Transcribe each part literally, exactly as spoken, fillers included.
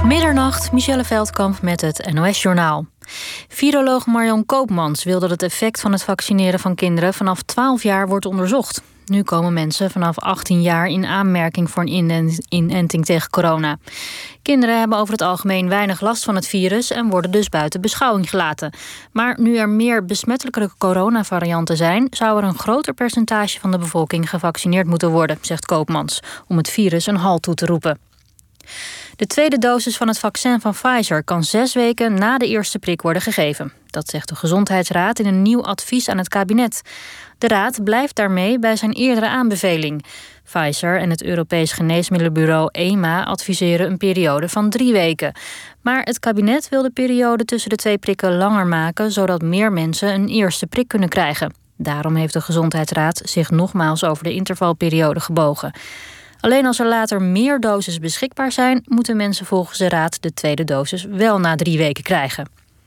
Middernacht, Michelle Veldkamp met het N O S-journaal. Viroloog Marion Koopmans wil dat het effect van het vaccineren van kinderen vanaf twaalf jaar wordt onderzocht. Nu komen mensen vanaf achttien jaar in aanmerking voor een inenting tegen corona. Kinderen hebben over het algemeen weinig last van het virus en worden dus buiten beschouwing gelaten. Maar nu er meer besmettelijke coronavarianten zijn, zou er een groter percentage van de bevolking gevaccineerd moeten worden, zegt Koopmans, om het virus een halt toe te roepen. De tweede dosis van het vaccin van Pfizer kan zes weken na de eerste prik worden gegeven. Dat zegt de Gezondheidsraad in een nieuw advies aan het kabinet. De raad blijft daarmee bij zijn eerdere aanbeveling. Pfizer en het Europees Geneesmiddelenbureau E M A adviseren een periode van drie weken. Maar het kabinet wil de periode tussen de twee prikken langer maken, zodat meer mensen een eerste prik kunnen krijgen. Daarom heeft de Gezondheidsraad zich nogmaals over de intervalperiode gebogen. Alleen als er later meer doses beschikbaar zijn, moeten mensen volgens de raad de tweede dosis wel na drie weken krijgen.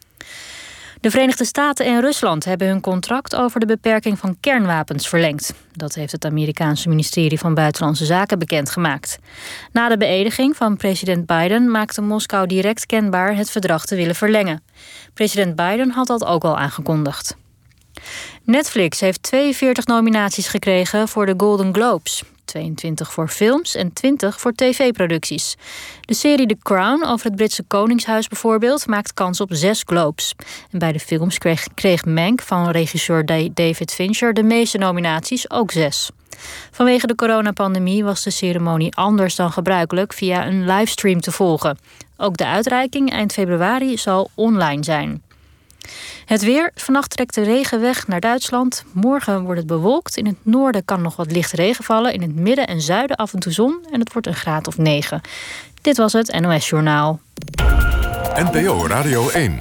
De Verenigde Staten en Rusland hebben hun contract over de beperking van kernwapens verlengd. Dat heeft het Amerikaanse ministerie van Buitenlandse Zaken bekendgemaakt. Na de beëdiging van president Biden maakte Moskou direct kenbaar het verdrag te willen verlengen. President Biden had dat ook al aangekondigd. Netflix heeft tweeënveertig nominaties gekregen voor de Golden Globes. tweeëntwintig voor films en twintig voor tv-producties. De serie The Crown over het Britse Koningshuis bijvoorbeeld maakt kans op zes Globes. En bij de films kreeg, kreeg Mank van regisseur David Fincher de meeste nominaties, ook zes. Vanwege de coronapandemie was de ceremonie anders dan gebruikelijk via een livestream te volgen. Ook de uitreiking eind februari zal online zijn. Het weer. Vannacht trekt de regen weg naar Duitsland. Morgen wordt het bewolkt. In het noorden kan nog wat lichte regen vallen. In het midden en zuiden af en toe zon. En het wordt een graad of negen. Dit was het N O S-journaal. N P O Radio één.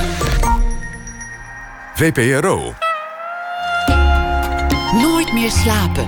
V P R O. Nooit meer slapen.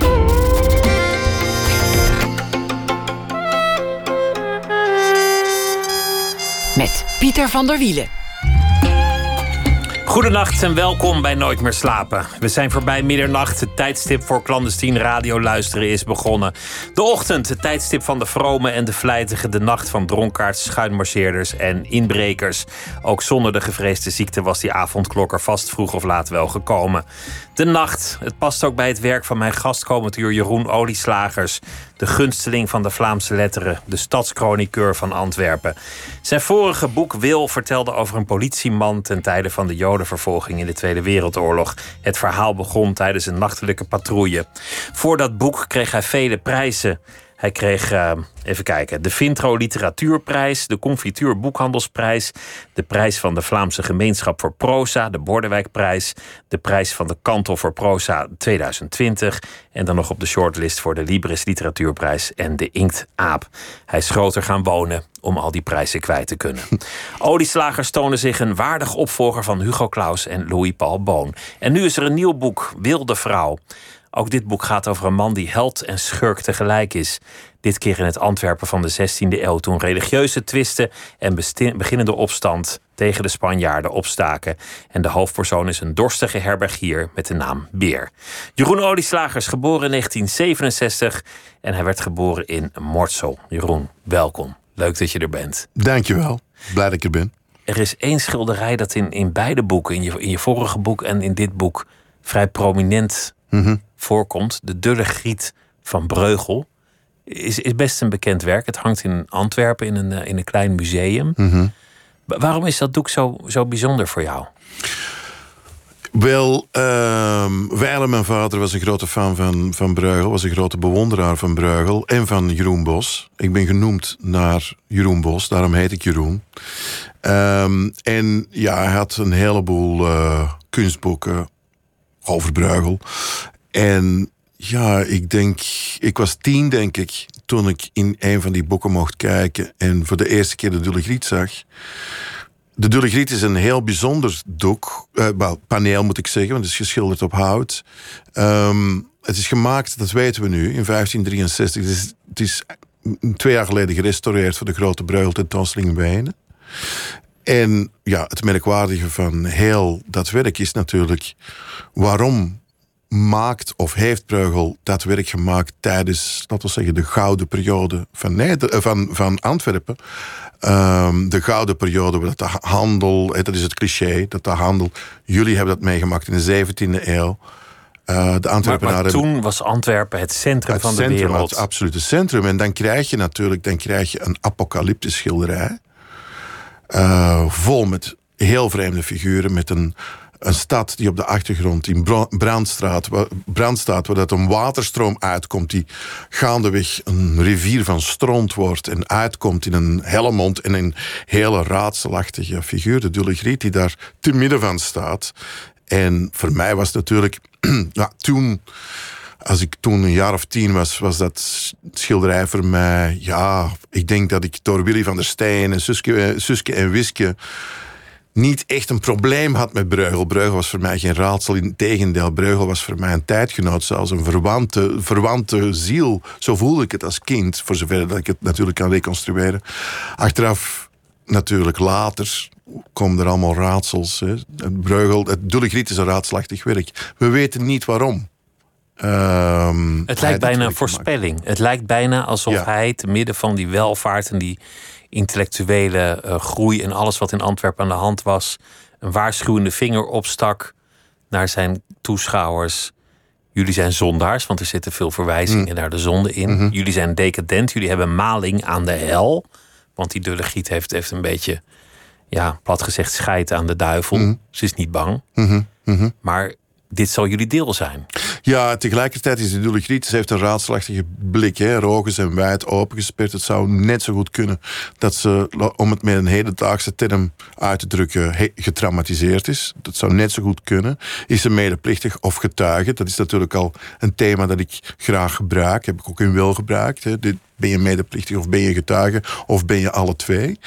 Met Pieter van der Wielen. Goedenacht en welkom bij Nooit meer slapen. We zijn voorbij middernacht. Het tijdstip voor clandestien radio luisteren is begonnen. De ochtend, het tijdstip van de vromen en de vlijtigen. De nacht van dronkaards, schuinmarcheerders en inbrekers. Ook zonder de gevreesde ziekte was die avondklok er vast vroeg of laat wel gekomen. De nacht, het past ook bij het werk van mijn gastkomend uur Jeroen Olieslagers. De gunsteling van de Vlaamse letteren, de stadschroniqueur van Antwerpen. Zijn vorige boek Wil vertelde over een politieman ten tijde van de Jodenvervolging in de Tweede Wereldoorlog. Het verhaal begon tijdens een nachtelijke patrouille. Voor dat boek kreeg hij vele prijzen. Hij kreeg, uh, even kijken, de Vintro Literatuurprijs, de Confituur Boekhandelsprijs, de prijs van de Vlaamse Gemeenschap voor Proza, de Bordewijkprijs, de prijs van de Kantel voor Proza tweeduizend twintig en dan nog op de shortlist voor de Libris Literatuurprijs en de Inktaap. Hij is groter gaan wonen om al die prijzen kwijt te kunnen. Olieslagers tonen zich een waardig opvolger van Hugo Claus en Louis Paul Boon. En nu is er een nieuw boek, Wilde Vrouw. Ook dit boek gaat over een man die held en schurk tegelijk is. Dit keer in het Antwerpen van de zestiende eeuw, toen religieuze twisten en beginnende opstand tegen de Spanjaarden opstaken. En de hoofdpersoon is een dorstige herbergier met de naam Beer. Jeroen Olieslagers, geboren in negentien zevenenzestig en hij werd geboren in Mortsel. Jeroen, welkom. Leuk dat je er bent. Dankjewel. Blij dat ik er ben. Er is één schilderij dat in, in beide boeken, in je, in je vorige boek en in dit boek, vrij prominent mm-hmm. voorkomt. De Dulle Griet van Breugel. Is, is best een bekend werk. Het hangt in Antwerpen in een, in een klein museum. Mm-hmm. Waarom is dat doek zo, zo bijzonder voor jou? Wel, uh, Wijlen, mijn vader, was een grote fan van, van Bruegel. Was een grote bewonderaar van Bruegel en van Jeroen Bosch. Ik ben genoemd naar Jeroen Bosch, daarom heet ik Jeroen. Um, en ja, hij had een heleboel uh, kunstboeken over Bruegel. En ja, ik denk, ik was tien, denk ik, toen ik in een van die boeken mocht kijken en voor de eerste keer de Dulle Griet zag. De Dulle Griet is een heel bijzonder doek, uh, well, paneel moet ik zeggen, want het is geschilderd op hout. Um, het is gemaakt, dat weten we nu, in vijftien drieënzestig. Het is, het is twee jaar geleden gerestaureerd voor de grote Bruegel tentoonstelling in Wenen. En ja, het merkwaardige van heel dat werk is natuurlijk waarom maakt of heeft Bruegel dat werk gemaakt tijdens, laten we zeggen, de gouden periode van, Neder- van, van Antwerpen. Um, de gouden periode waar de handel, dat is het cliché, dat de handel, jullie hebben dat meegemaakt in de zeventiende eeuw. Uh, de Antwerpenaren maar, maar toen was Antwerpen het centrum het van de centrum, wereld. Het absolute centrum. En dan krijg je natuurlijk dan krijg je een apocalyptisch schilderij. Uh, vol met heel vreemde figuren, met een Een stad die op de achtergrond in brand staat, brand staat, waar dat een waterstroom uitkomt die gaandeweg een rivier van stront wordt en uitkomt in een Hellemond en een hele raadselachtige figuur, de Dulle Griet, die daar te midden van staat. En voor mij was natuurlijk, ja, toen, als ik toen een jaar of tien was, was dat schilderij voor mij, ja, ik denk dat ik door Willy van der Steen en Suske, Suske en Wiske niet echt een probleem had met Bruegel. Bruegel was voor mij geen raadsel, in tegendeel. Bruegel was voor mij een tijdgenoot, zelfs een verwante, verwante ziel. Zo voelde ik het als kind, voor zover dat ik het natuurlijk kan reconstrueren. Achteraf, natuurlijk later, komen er allemaal raadsels. Hè. Het Bruegel, het Dulle Griet is een raadselachtig werk. We weten niet waarom. Um, het lijkt bijna een voorspelling. Gemaakt. Het lijkt bijna alsof ja. hij te midden van die welvaart en die intellectuele uh, groei en alles wat in Antwerpen aan de hand was, een waarschuwende vinger opstak naar zijn toeschouwers. Jullie zijn zondaars, want er zitten veel verwijzingen mm. naar de zonde in. Mm-hmm. Jullie zijn decadent, jullie hebben maling aan de hel. Want die Dulle Griet heeft, heeft een beetje, ja, plat gezegd, scheid aan de duivel. Mm. Ze is niet bang. Mm-hmm. Mm-hmm. Maar dit zal jullie deel zijn. Ja, tegelijkertijd is de Dulle Griet, ze heeft een raadselachtige blik. Hè. Haar ogen zijn wijd opengesperd. Het zou net zo goed kunnen dat ze, om het met een hedendaagse term uit te drukken, he, getraumatiseerd is. Dat zou net zo goed kunnen. Is ze medeplichtig of getuige? Dat is natuurlijk al een thema dat ik graag gebruik. Heb ik ook in Wil gebruikt. Hè. Ben je medeplichtig of ben je getuige? Of ben je alle twee?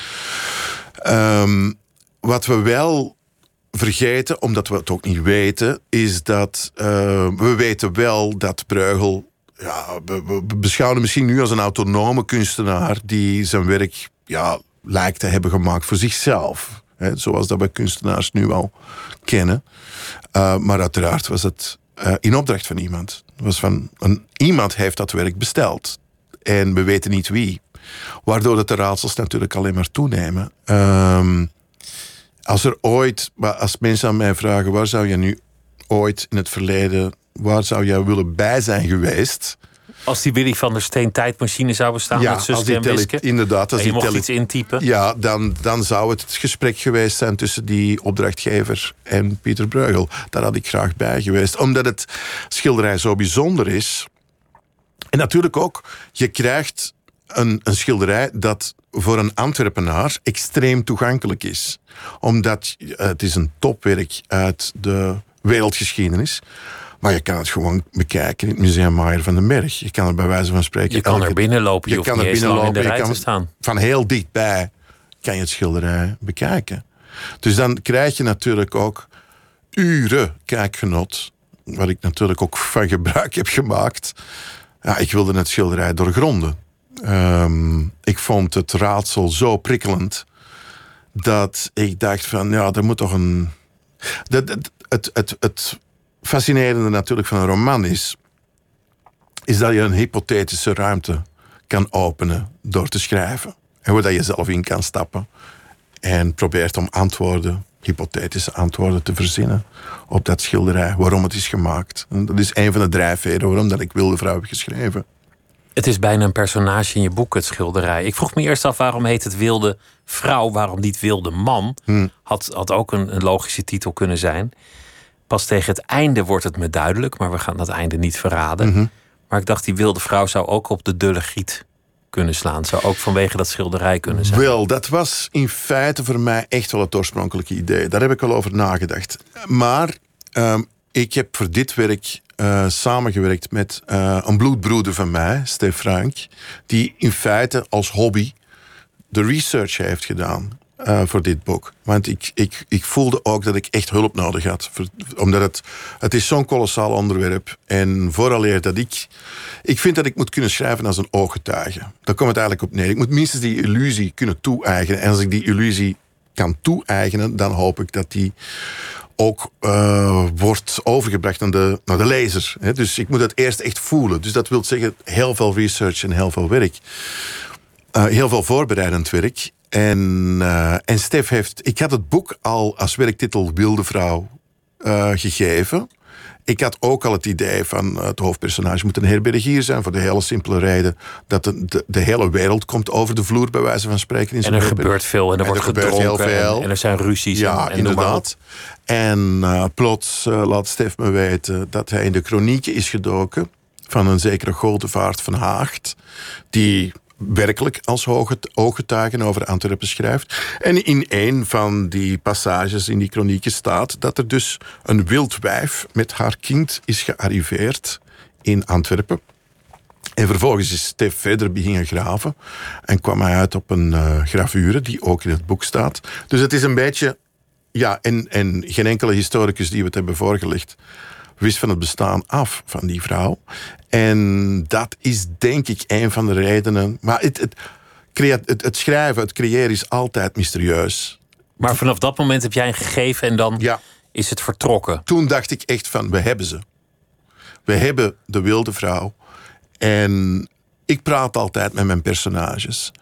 Um, wat we wel vergeten, omdat we het ook niet weten, is dat uh, we weten wel dat Bruegel, ja, we, we beschouwen misschien nu als een autonome kunstenaar die zijn werk, ja, lijkt te hebben gemaakt voor zichzelf. Hè, zoals dat we kunstenaars nu al kennen. Uh, maar uiteraard was het uh, in opdracht van iemand. Het was van een, iemand heeft dat werk besteld. En we weten niet wie. Waardoor dat de raadsels natuurlijk alleen maar toenemen. Um, Als er ooit, als mensen aan mij vragen, waar zou je nu ooit in het verleden, waar zou jij willen bij zijn geweest? Als die Willy van der Steen tijdmachine zou bestaan, ja, met Suske en Wiske. Inderdaad, als en je die mocht tele- iets intypen. Ja, dan, dan zou het het gesprek geweest zijn tussen die opdrachtgever en Pieter Bruegel. Daar had ik graag bij geweest. Omdat het schilderij zo bijzonder is. En natuurlijk ook, je krijgt een, een schilderij dat voor een Antwerpenaar extreem toegankelijk is. Omdat uh, het is een topwerk uit de wereldgeschiedenis. Maar je kan het gewoon bekijken in het Museum Maier van den Berg. Je kan er bij wijze van spreken... Je kan elke, er binnenlopen, je, je hoeft kan niet er eens lang in de rij je kan, te staan. Van heel dichtbij kan je het schilderij bekijken. Dus dan krijg je natuurlijk ook uren kijkgenot, waar ik natuurlijk ook van gebruik heb gemaakt. Ja, ik wilde het schilderij doorgronden. Um, ik vond het raadsel zo prikkelend dat ik dacht van, ja, er moet toch een... Dat, het, het, het, het fascinerende natuurlijk van een roman is, is dat je een hypothetische ruimte kan openen door te schrijven. En waar dat je zelf in kan stappen en probeert om antwoorden, hypothetische antwoorden te verzinnen op dat schilderij, waarom het is gemaakt. En dat is een van de drijfveren waarom dat ik Wilde Vrouw heb geschreven. Het is bijna een personage in je boek, het schilderij. Ik vroeg me eerst af, waarom heet het Wilde Vrouw? Waarom niet Wilde Man? Hmm. Had, had ook een, een logische titel kunnen zijn. Pas tegen het einde wordt het me duidelijk, maar we gaan dat einde niet verraden. Mm-hmm. Maar ik dacht, die Wilde Vrouw zou ook op de Dulle Griet kunnen slaan. Zou ook vanwege dat schilderij kunnen zijn. Wel, dat was in feite voor mij echt wel het oorspronkelijke idee. Daar heb ik wel over nagedacht. Maar um, ik heb voor dit werk Uh, samengewerkt met uh, een bloedbroeder van mij, Stef Frank, die in feite als hobby de research heeft gedaan uh, voor dit boek. Want ik, ik, ik voelde ook dat ik echt hulp nodig had. Voor, omdat het, het is zo'n kolossaal onderwerp. En vooraleer dat ik... Ik vind dat ik moet kunnen schrijven als een ooggetuige. Daar komt het eigenlijk op neer. Ik moet minstens die illusie kunnen toe-eigenen. En als ik die illusie kan toe-eigenen, dan hoop ik dat die ook uh, wordt overgebracht naar de, naar de lezer. Hè. Dus ik moet het eerst echt voelen. Dus dat wil zeggen heel veel research en heel veel werk. Uh, heel veel voorbereidend werk. En, uh, en Stef heeft... Ik had het boek al als werktitel Wilde Vrouw uh, gegeven. Ik had ook al het idee van uh, het hoofdpersonage moet een herbergier zijn, voor de hele simpele reden dat de, de, de hele wereld komt over de vloer, bij wijze van spreken. In en er gebeurt veel en er en wordt er gedronken heel veel. En, en er zijn ruzies. Ja, en, en inderdaad. En uh, plots uh, laat Stef me weten dat hij in de kronieken is gedoken van een zekere Godevaart van Haagt, die werkelijk als ooggetuige over Antwerpen schrijft. En in een van die passages in die kronieken staat dat er dus een wild wijf met haar kind is gearriveerd in Antwerpen. En vervolgens is Stef verder beginnen graven en kwam hij uit op een uh, gravure die ook in het boek staat. Dus het is een beetje... Ja, en, en geen enkele historicus die we het hebben voorgelegd wist van het bestaan af van die vrouw. En dat is denk ik een van de redenen. Maar het, het, het, het schrijven, het creëren is altijd mysterieus. Maar vanaf dat moment heb jij een gegeven en dan ja. is het vertrokken. Toen dacht ik echt van, we hebben ze. We hebben de wilde vrouw. En ik praat altijd met mijn personages.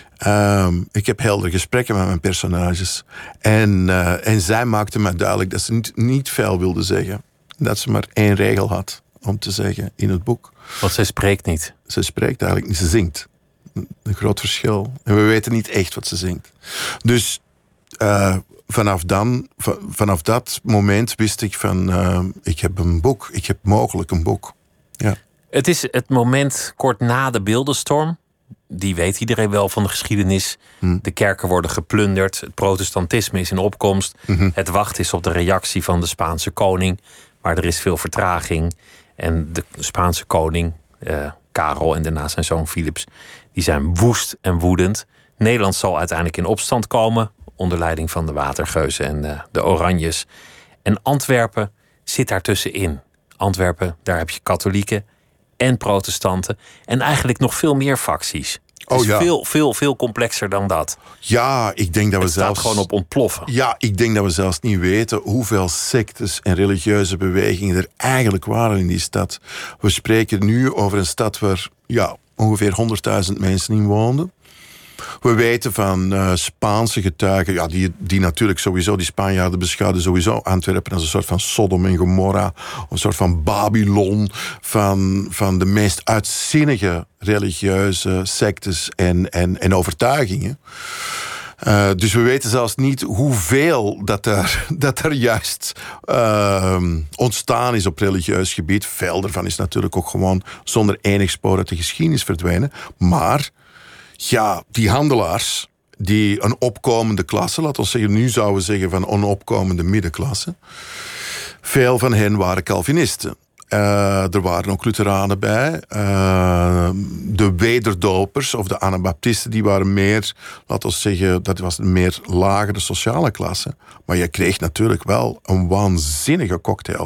Um, ik heb helder gesprekken met mijn personages. En, uh, en zij maakte mij duidelijk dat ze niet, niet veel wilde zeggen. Dat ze maar één regel had om te zeggen in het boek. Want zij spreekt niet. Ze spreekt eigenlijk niet, ze zingt. Een groot verschil. En we weten niet echt wat ze zingt. Dus uh, vanaf, dan, vanaf dat moment wist ik van... Uh, ik heb een boek, ik heb mogelijk een boek. Ja. Het is het moment kort na de beeldenstorm. Die weet iedereen wel van de geschiedenis. Hm. De kerken worden geplunderd. Het protestantisme is in opkomst. Mm-hmm. Het wachten is op de reactie van de Spaanse koning. Maar er is veel vertraging. En de Spaanse koning, uh, Karel en daarna zijn zoon Philips, die zijn woest en woedend. Nederland zal uiteindelijk in opstand komen. Onder leiding van de Watergeuzen en uh, de Oranjes. En Antwerpen zit daartussenin. Antwerpen, daar heb je katholieken en protestanten. En eigenlijk nog veel meer facties. Het is oh, ja. veel, veel, veel complexer dan dat. Ja, ik denk dat we het zelfs... staat gewoon op ontploffen. Ja, ik denk dat we zelfs niet weten hoeveel sectes en religieuze bewegingen er eigenlijk waren in die stad. We spreken nu over een stad waar ja, ongeveer honderdduizend mensen in woonden. We weten van uh, Spaanse getuigen, ja, die, die natuurlijk sowieso, die Spanjaarden beschouwden sowieso Antwerpen als een soort van Sodom en Gomorra, een soort van Babylon van, van de meest uitzinnige religieuze sectes en, en, en overtuigingen. Uh, dus we weten zelfs niet hoeveel dat er, dat er juist uh, ontstaan is op religieus gebied. Veel daarvan is natuurlijk ook gewoon zonder enig spoor uit de geschiedenis verdwenen. Maar ja, die handelaars, die een opkomende klasse, laten we zeggen, nu zouden we zeggen van een opkomende middenklasse. Veel van hen waren Calvinisten. Uh, er waren ook Lutheranen bij. Uh, de wederdopers of de Anabaptisten, die waren meer, laten we zeggen, dat was een meer lagere sociale klasse. Maar je kreeg natuurlijk wel een waanzinnige cocktail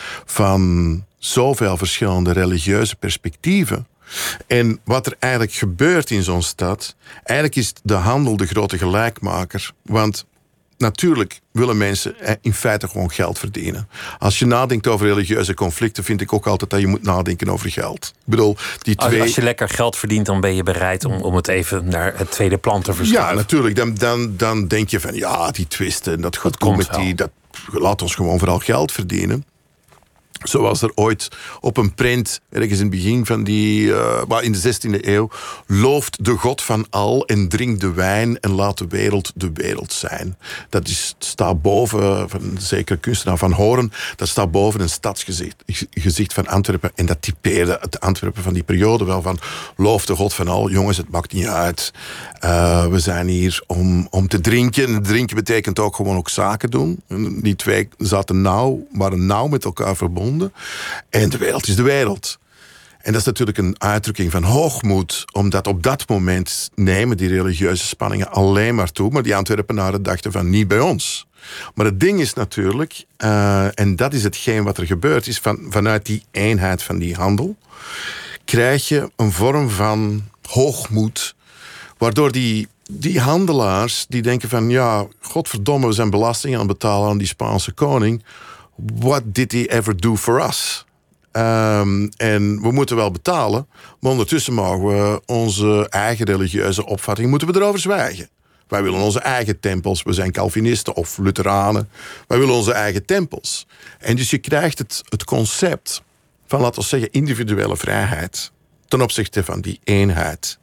van zoveel verschillende religieuze perspectieven. En wat er eigenlijk gebeurt in zo'n stad, eigenlijk is de handel de grote gelijkmaker. Want natuurlijk willen mensen in feite gewoon geld verdienen. Als je nadenkt over religieuze conflicten, vind ik ook altijd dat je moet nadenken over geld. Ik bedoel, die twee... Als je lekker geld verdient, dan ben je bereid om, om het even naar het tweede plan te verschuiven. Ja, natuurlijk. Dan, dan, dan denk je van, ja, die twisten, dat goed comedy, dat laat ons gewoon vooral geld verdienen. Zoals er ooit op een print, ergens in het begin van die, uh, in de zestiende eeuw, looft de God van al en drink de wijn en laat de wereld de wereld zijn. Dat is, staat boven, van zeker kunstenaar Van Horen, dat staat boven een stadsgezicht gezicht van Antwerpen. En dat typeerde het Antwerpen van die periode wel van, loof de God van al, jongens, het maakt niet uit. Uh, we zijn hier om, om te drinken. En drinken betekent ook gewoon ook zaken doen. Die twee zaten nauw, waren nauw met elkaar verbonden. En de wereld is de wereld. En dat is natuurlijk een uitdrukking van hoogmoed, omdat op dat moment nemen die religieuze spanningen alleen maar toe. Maar die Antwerpenaren dachten van niet bij ons. Maar het ding is natuurlijk, uh, en dat is hetgeen wat er gebeurt, is van, vanuit die eenheid van die handel, krijg je een vorm van hoogmoed, waardoor die die handelaars die denken van... ja, godverdomme, we zijn belasting aan het betalen aan die Spaanse koning. What did he ever do for us? Um, en we moeten wel betalen, maar ondertussen mogen we onze eigen religieuze opvatting... moeten we erover zwijgen. Wij willen onze eigen tempels. We zijn Calvinisten of Lutheranen. Wij willen onze eigen tempels. En dus je krijgt het, het concept van, laten we zeggen, individuele vrijheid... ten opzichte van die eenheid.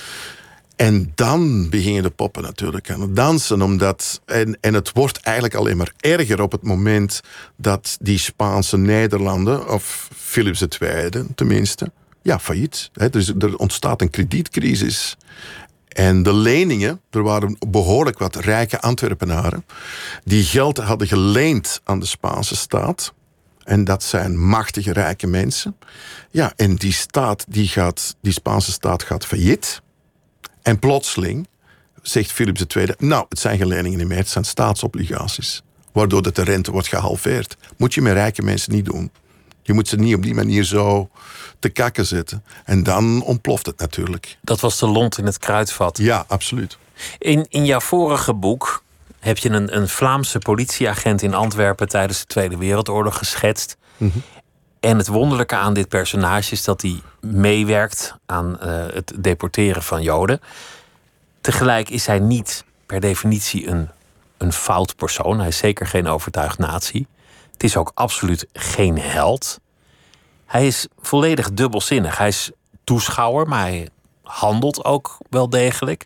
En dan beginnen de poppen natuurlijk aan het dansen. Omdat, en, en het wordt eigenlijk alleen maar erger op het moment... dat die Spaanse Nederlanden, of Philips de Tweede tenminste... ja, failliet. Hè, dus er ontstaat een kredietcrisis... En de leningen, er waren behoorlijk wat rijke Antwerpenaren... die geld hadden geleend aan de Spaanse staat. En dat zijn machtige, rijke mensen. Ja, en die staat, die, gaat, die Spaanse staat gaat failliet. En plotseling zegt Philips de Tweede... nou, het zijn geen leningen niet meer, het zijn staatsobligaties. Waardoor de rente wordt gehalveerd. Moet je met rijke mensen niet doen. Je moet ze niet op die manier zo te kakken zetten. En dan ontploft het natuurlijk. Dat was de lont in het kruidvat. Ja, absoluut. In, in jouw vorige boek heb je een, een Vlaamse politieagent in Antwerpen... tijdens de Tweede Wereldoorlog geschetst. Mm-hmm. En het wonderlijke aan dit personage is dat hij meewerkt... aan uh, het deporteren van Joden. Tegelijk is hij niet per definitie een, een fout persoon. Hij is zeker geen overtuigd nazi. Het is ook absoluut geen held. Hij is volledig dubbelzinnig. Hij is toeschouwer, maar hij handelt ook wel degelijk.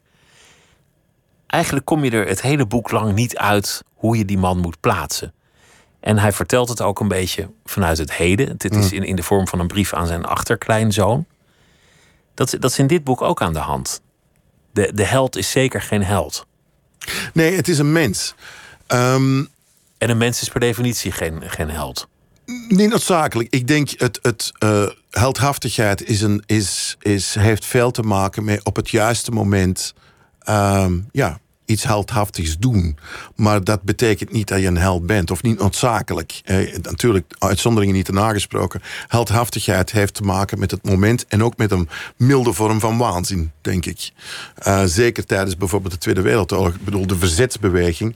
Eigenlijk kom je er het hele boek lang niet uit hoe je die man moet plaatsen. En hij vertelt het ook een beetje vanuit het heden. Dit is in, in de vorm van een brief aan zijn achterkleinzoon. Dat, dat is in dit boek ook aan de hand. De, de held is zeker geen held. Nee, het is een mens. Um... En een mens is per definitie geen, geen held. Niet noodzakelijk. Ik denk het, het uh, heldhaftigheid is een, is, is, heeft veel te maken met op het juiste moment um, ja, iets heldhaftigs doen. Maar dat betekent niet dat je een held bent. Of niet noodzakelijk. Uh, natuurlijk, uitzonderingen niet te nagesproken. Heldhaftigheid heeft te maken met het moment en ook met een milde vorm van waanzin, denk ik. Uh, zeker tijdens bijvoorbeeld de Tweede Wereldoorlog. Ik bedoel, de verzetsbeweging.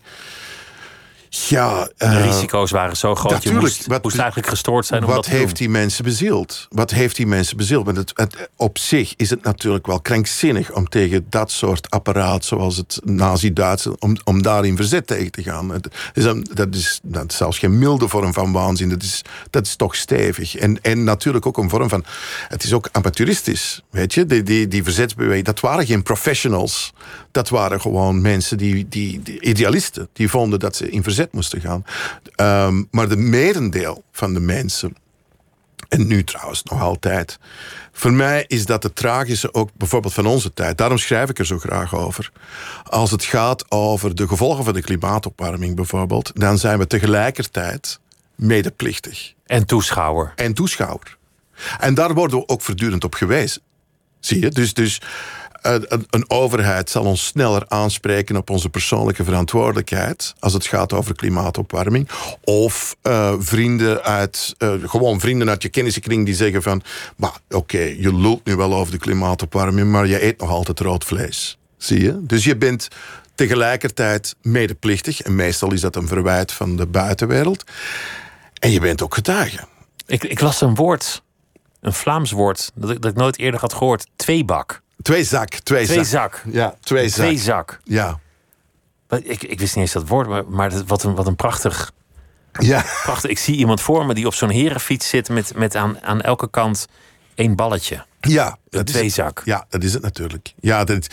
Ja, uh, de risico's waren zo groot. Je moest, wat, moest eigenlijk gestoord zijn om wat dat te doen. Wat heeft die mensen bezield? Wat heeft die mensen bezield? Want het, het, op zich is het natuurlijk wel krankzinnig om tegen dat soort apparaat, zoals het Nazi-Duitsland, om, om daar in verzet tegen te gaan. Het is een, dat, is, dat is zelfs geen milde vorm van waanzin. Dat is, dat is toch stevig. En, en natuurlijk ook een vorm van... Het is ook amateuristisch, weet je? Die, die, die verzetsbeweging, dat waren geen professionals. Dat waren gewoon mensen, die, die, die idealisten. Die vonden dat ze in verzet moesten gaan. Um, maar de merendeel van de mensen, en nu trouwens nog altijd, voor mij is dat het tragische ook bijvoorbeeld van onze tijd. Daarom schrijf ik er zo graag over. Als het gaat over de gevolgen van de klimaatopwarming bijvoorbeeld, dan zijn we tegelijkertijd medeplichtig. En toeschouwer. En toeschouwer. En daar worden we ook voortdurend op gewezen. Zie je? Dus... dus Een, een overheid zal ons sneller aanspreken op onze persoonlijke verantwoordelijkheid als het gaat over klimaatopwarming. Of uh, vrienden uit, uh, gewoon vrienden uit je kennissenkring die zeggen van, maar oké, okay, je lult nu wel over de klimaatopwarming, maar je eet nog altijd rood vlees. Zie je? Dus je bent tegelijkertijd medeplichtig, en meestal is dat een verwijt van de buitenwereld. En je bent ook getuige. Ik, ik las een woord, een Vlaams woord, dat ik, dat ik nooit eerder had gehoord. Tweebak. Tweezak. Twee, twee zak. zak. Ja, twee zak. Twee zak. Ja. Ik, ik wist niet eens dat woord, maar, maar wat, een, wat een prachtig... Ja. prachtig. Ik zie iemand voor me die op zo'n herenfiets zit met, met aan, aan elke kant één balletje. Ja. Een tweezak. Ja, dat is het natuurlijk. Ja, dat,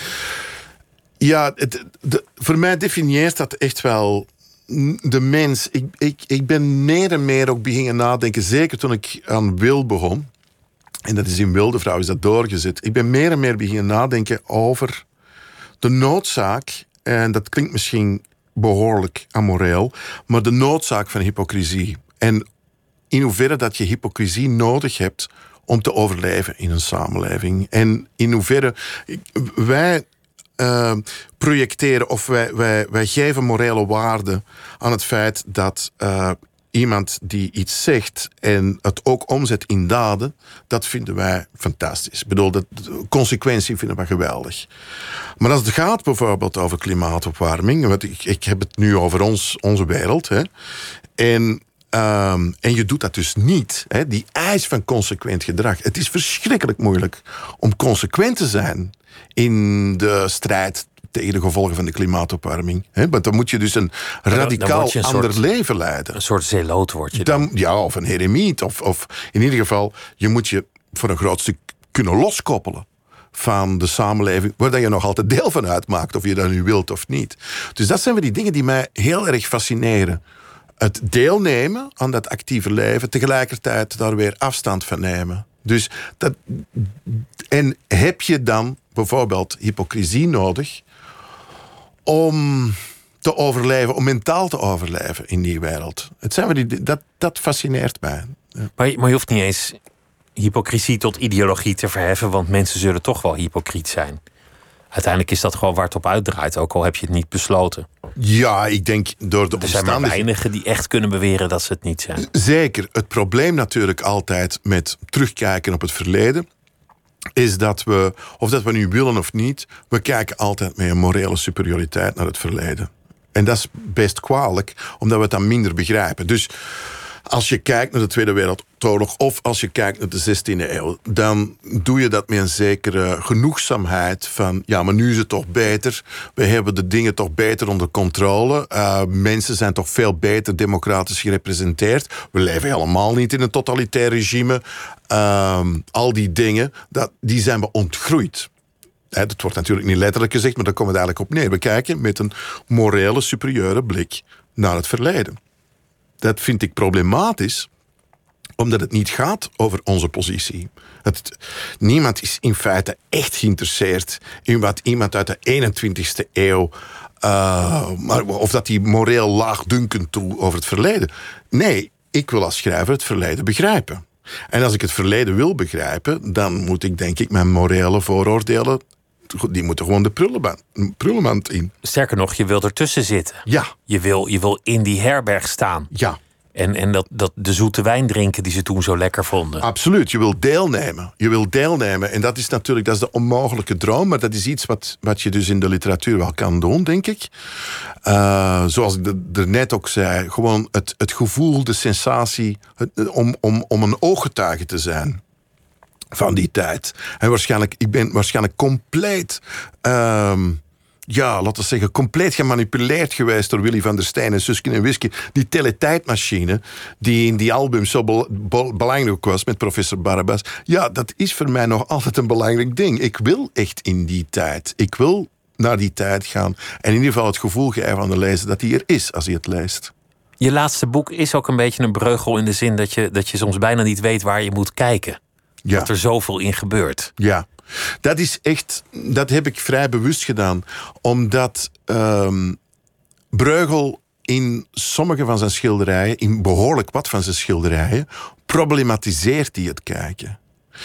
ja het, de, voor mij definieert dat echt wel de mens. Ik, ik, ik ben meer en meer ook beginnen nadenken, zeker toen ik aan Wil begon. En dat is in Wilde Vrouw is dat doorgezet. Ik ben meer en meer beginnen nadenken over de noodzaak, en dat klinkt misschien behoorlijk amoreel, maar de noodzaak van hypocrisie. En in hoeverre dat je hypocrisie nodig hebt om te overleven in een samenleving. En in hoeverre wij uh, projecteren of wij, wij, wij geven morele waarde aan het feit dat uh, iemand die iets zegt en het ook omzet in daden, dat vinden wij fantastisch. Ik bedoel, de consequentie vinden we geweldig. Maar als het gaat bijvoorbeeld over klimaatopwarming, want ik, ik heb het nu over ons, onze wereld, hè, en, um, en je doet dat dus niet, hè, die eis van consequent gedrag. Het is verschrikkelijk moeilijk om consequent te zijn in de strijd tegen de gevolgen van de klimaatopwarming. He, want dan moet je dus een radicaal een ander soort, leven leiden. Een soort zeeloot word je dan. dan. Ja, of een heremiet. Of, of in ieder geval, je moet je voor een groot stuk kunnen loskoppelen van de samenleving, waar je nog altijd deel van uitmaakt, of je dat nu wilt of niet. Dus dat zijn weer die dingen die mij heel erg fascineren. Het deelnemen aan dat actieve leven, tegelijkertijd daar weer afstand van nemen. Dus dat, en heb je dan bijvoorbeeld hypocrisie nodig om te overleven, om mentaal te overleven in die wereld? Het zijn we die, dat, dat fascineert mij. Ja. Maar, je, maar je hoeft niet eens hypocrisie tot ideologie te verheffen, want mensen zullen toch wel hypocriet zijn. Uiteindelijk is dat gewoon waar het op uitdraait, ook al heb je het niet besloten. Ja, ik denk door de er zijn maar weinigen die echt kunnen beweren dat ze het niet zijn. Zeker. Het probleem natuurlijk altijd met terugkijken op het verleden is dat we, of dat we nu willen of niet, we kijken altijd met een morele superioriteit naar het verleden. En dat is best kwalijk, omdat we het dan minder begrijpen. Dus als je kijkt naar de Tweede Wereldoorlog of als je kijkt naar de zestiende eeuw, dan doe je dat met een zekere genoegzaamheid van, ja, maar nu is het toch beter. We hebben de dingen toch beter onder controle. Uh, mensen zijn toch veel beter democratisch gerepresenteerd. We leven helemaal niet in een totalitair regime. Uh, al die dingen, dat, die zijn we ontgroeid. He, dat wordt natuurlijk niet letterlijk gezegd, maar daar komt het eigenlijk op neer. We kijken met een morele, superieure blik naar het verleden. Dat vind ik problematisch, omdat het niet gaat over onze positie. Het, niemand is in feite echt geïnteresseerd in wat iemand uit de eenentwintigste eeuw, Uh, maar of dat die moreel laagdunkend toe over het verleden. Nee, ik wil als schrijver het verleden begrijpen. En als ik het verleden wil begrijpen, dan moet ik denk ik mijn morele vooroordelen, die moeten gewoon de prullenband, prullenmand in. Sterker nog, je wil ertussen zitten. Ja. Je wil, je wil in die herberg staan. Ja. En, en dat, dat de zoete wijn drinken die ze toen zo lekker vonden. Absoluut, je wil deelnemen. Je wil deelnemen. En dat is natuurlijk dat is de onmogelijke droom. Maar dat is iets wat, wat je dus in de literatuur wel kan doen, denk ik. Uh, zoals ik er net ook zei. Gewoon het, het gevoel, de sensatie het, om, om, om een ooggetuige te zijn van die tijd. En waarschijnlijk, ik ben waarschijnlijk compleet, Um, ja, laten we zeggen, compleet gemanipuleerd geweest door Willy van der Steen en Suske en Wiske. Die teletijdmachine, die in die album zo be- be- belangrijk was met professor Barabbas. Ja, dat is voor mij nog altijd een belangrijk ding. Ik wil echt in die tijd. Ik wil naar die tijd gaan. En in ieder geval het gevoel geven aan de lezer dat hij er is als hij het leest. Je laatste boek is ook een beetje een breugel in de zin dat je, dat je soms bijna niet weet waar je moet kijken. Ja. Dat er zoveel in gebeurt. Ja. Dat is echt, dat heb ik vrij bewust gedaan. Omdat um, Bruegel in sommige van zijn schilderijen, in behoorlijk wat van zijn schilderijen, problematiseert hij het kijken.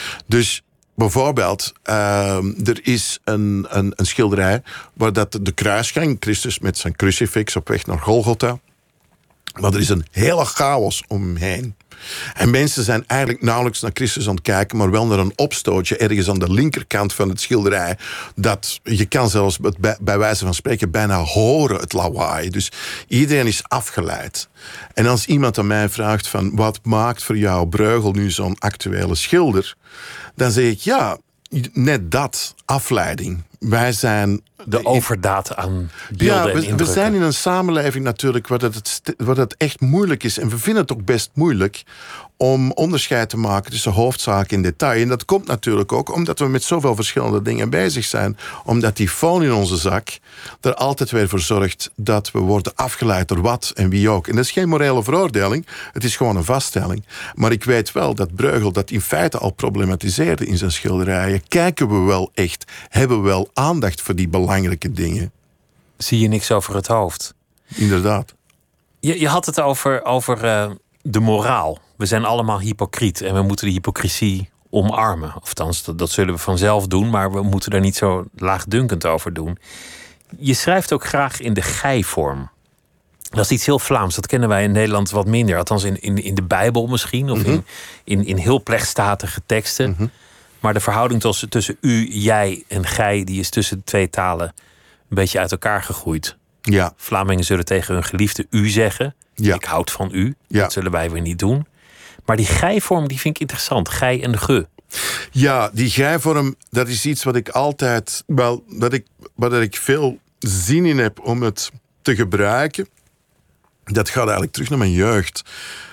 Dus bijvoorbeeld, um, er is een, een, een schilderij waar dat de kruisgang, Christus met zijn crucifix op weg naar Golgotha, maar er is een hele chaos omheen. En mensen zijn eigenlijk nauwelijks naar Christus aan het kijken, maar wel naar een opstootje ergens aan de linkerkant van het schilderij. Dat je kan zelfs bij, bij wijze van spreken bijna horen, het lawaai. Dus iedereen is afgeleid. En als iemand aan mij vraagt van wat maakt voor jou Bruegel nu zo'n actuele schilder, dan zeg ik ja, net dat, afleiding. Wij zijn de overdaad aan beelden ja, en we, indrukken. we zijn in een samenleving natuurlijk waar het, waar het echt moeilijk is. En we vinden het ook best moeilijk om onderscheid te maken tussen hoofdzaak en detail. En dat komt natuurlijk ook omdat we met zoveel verschillende dingen bezig zijn. Omdat die foon in onze zak er altijd weer voor zorgt dat we worden afgeleid door wat en wie ook. En dat is geen morele veroordeling, het is gewoon een vaststelling. Maar ik weet wel dat Bruegel dat in feite al problematiseerde in zijn schilderijen. Kijken we wel echt, hebben we wel aandacht voor die belangrijke dingen. Zie je niks over het hoofd? Inderdaad. Je, je had het over, over uh, de moraal. We zijn allemaal hypocriet en we moeten de hypocrisie omarmen. Althans, dat, dat zullen we vanzelf doen, maar we moeten daar niet zo laagdunkend over doen. Je schrijft ook graag in de gij-vorm. Dat is iets heel Vlaams. Dat kennen wij in Nederland wat minder. Althans in, in, in de Bijbel misschien. Of Mm-hmm. in, in, in heel plechtstatige teksten. Mm-hmm. Maar de verhouding tussen, tussen u, jij en gij... die is tussen de twee talen een beetje uit elkaar gegroeid. Ja. Vlamingen zullen tegen hun geliefde u zeggen. Ja. Ik houd van u. Ja. Dat zullen wij weer niet doen. Maar die gij-vorm die vind ik interessant. Gij en de ge. Ja, die gij-vorm, dat is iets wat ik altijd... Wel, dat ik, waar ik veel zin in heb om het te gebruiken. Dat gaat eigenlijk terug naar mijn jeugd.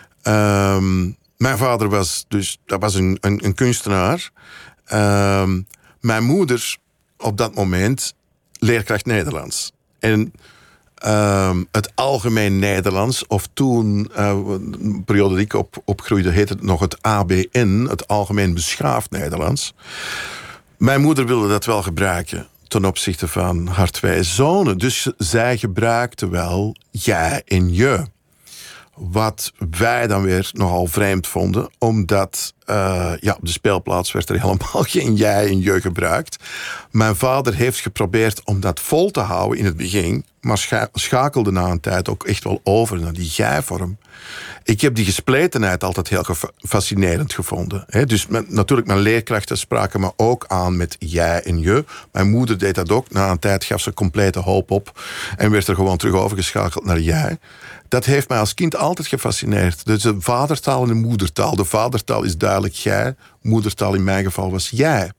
Um, mijn vader was dus... Dat was een, een, een kunstenaar. Um, mijn moeder, op dat moment, leerkracht Nederlands. En... Um, het algemeen Nederlands, of toen, uh, een periode dat ik op, opgroeide, heette het nog het A B N, het algemeen beschaafd Nederlands. Mijn moeder wilde dat wel gebruiken ten opzichte van haar twee zonen. Dus zij gebruikte wel jij en je. Wat wij dan weer nogal vreemd vonden, omdat uh, ja, op de speelplaats werd er helemaal geen jij en je gebruikt. Mijn vader heeft geprobeerd om dat vol te houden in het begin, maar scha- schakelde na een tijd ook echt wel over naar die jij-vorm. Ik heb die gespletenheid altijd heel gefa- fascinerend gevonden. He, dus met, natuurlijk, mijn leerkrachten spraken me ook aan met jij en je. Mijn moeder deed dat ook. Na een tijd gaf ze complete hoop op en werd er gewoon terug overgeschakeld naar jij. Dat heeft mij als kind altijd gefascineerd. Dus de vadertaal en de moedertaal. De vadertaal is duidelijk jij. Moedertaal in mijn geval was jij.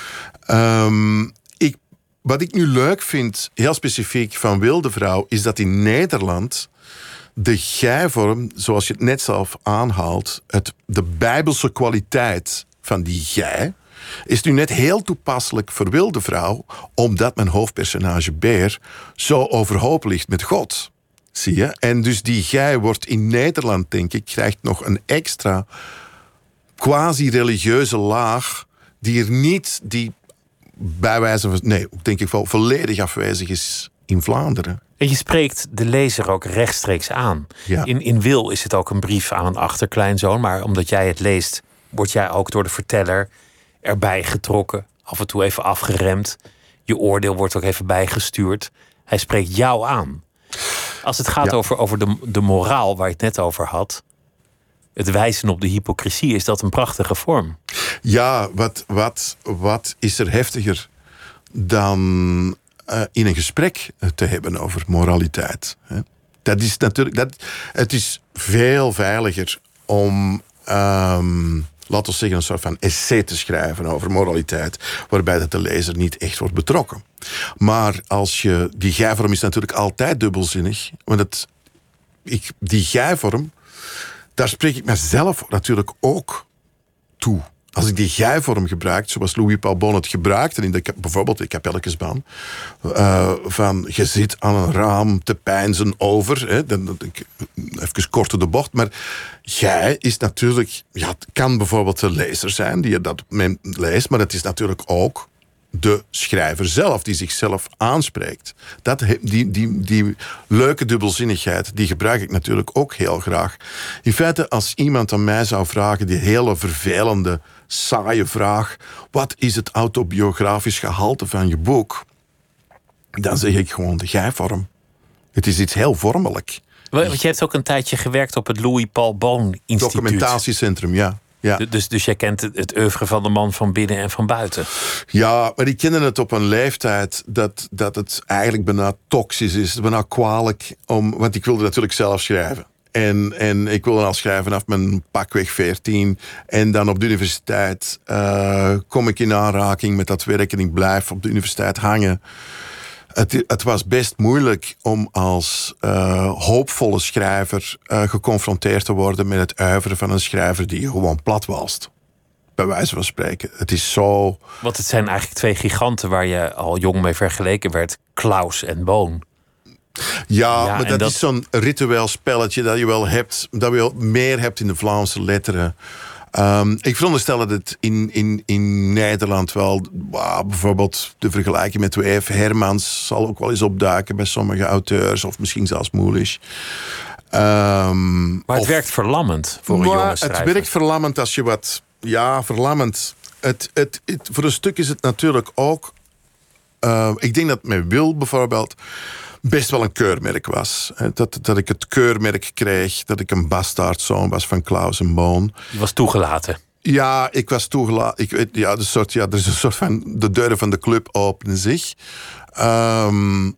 Um, ik, wat ik nu leuk vind, heel specifiek van Wilde Vrouw, is dat in Nederland de gij-vorm, zoals je het net zelf aanhaalt, het, de bijbelse kwaliteit van die gij, is nu net heel toepasselijk voor Wilde Vrouw, omdat mijn hoofdpersonage Beer zo overhoop ligt met God. Zie je? En dus die gij wordt in Nederland, denk ik, krijgt nog een extra quasi-religieuze laag die er niet, die bij wijze van, nee, denk ik wel, volledig afwezig is in Vlaanderen. En je spreekt de lezer ook rechtstreeks aan. Ja. In, in Wil is het ook een brief aan een achterkleinzoon, maar omdat jij het leest, word jij ook door de verteller erbij getrokken, af en toe even afgeremd. Je oordeel wordt ook even bijgestuurd. Hij spreekt jou aan. Als het gaat Ja. over, over de, de moraal waar je het net over had, het wijzen op de hypocrisie, is dat een prachtige vorm. Ja, wat, wat, wat is er heftiger dan uh, in een gesprek te hebben over moraliteit? Hè? Dat is natuurlijk, dat, het is veel veiliger om, um, laten we zeggen, een soort van essay te schrijven over moraliteit, waarbij dat de lezer niet echt wordt betrokken. Maar als je, die gij-vorm is natuurlijk altijd dubbelzinnig, want het, ik, die gij-vorm, daar spreek ik mezelf natuurlijk ook toe. Als ik die gij-vorm gebruik, zoals Louis Paul Bon het gebruikte, in de, bijvoorbeeld in Kapelletjesbaan, uh, van je zit aan een raam te peinzen over, hè, dan, dan, even kort de bocht, maar gij is natuurlijk, ja, het kan bijvoorbeeld de lezer zijn die dat leest, maar het is natuurlijk ook de schrijver zelf, die zichzelf aanspreekt. Dat, die, die, die leuke dubbelzinnigheid, die gebruik ik natuurlijk ook heel graag. In feite, als iemand aan mij zou vragen, die hele vervelende, saaie vraag, wat is het autobiografisch gehalte van je boek? Dan zeg ik gewoon de gij-vorm. Het is iets heel vormelijk. Want je hebt ook een tijdje gewerkt op het Louis Paul Bon Instituut. Documentatiecentrum, ja. Ja. Dus, dus jij kent het, het oeuvre van de man van binnen en van buiten. Ja, maar ik kende het op een leeftijd dat, dat het eigenlijk bijna toxisch is. Bijna kwalijk. Om, want ik wilde natuurlijk zelf schrijven. En, en ik wilde al schrijven vanaf mijn pakweg veertien. En dan op de universiteit uh, kom ik in aanraking met dat werk. En ik blijf op de universiteit hangen. Het, het was best moeilijk om als uh, hoopvolle schrijver uh, geconfronteerd te worden met het uiveren van een schrijver die gewoon plat walst. Bij wijze van spreken. Het is zo... Want het zijn eigenlijk twee giganten waar je al jong mee vergeleken werd. Claus en Boon. Ja, Ja, maar dat, dat is zo'n ritueel spelletje dat je wel hebt, dat je wel meer hebt in de Vlaamse letteren. Um, ik veronderstel dat het in, in, in Nederland wel, wow, bijvoorbeeld de vergelijking met W F Hermans zal ook wel eens opduiken bij sommige auteurs, of misschien zelfs Moelisch. Um, Maar het of, werkt verlammend voor een jonge schrijver. Het werkt verlammend als je wat... Ja, verlammend. Het, het, het, voor een stuk is het natuurlijk ook... Uh, ik denk dat met Wil bijvoorbeeld... best wel een keurmerk was. Dat, dat ik het keurmerk kreeg, dat ik een bastaardzoon was van Klaus en Boon. Je was toegelaten. Ja, ik was toegelaten. Ik weet, ja, de soort, ja, er is een soort van de deuren van de club openen zich. Um,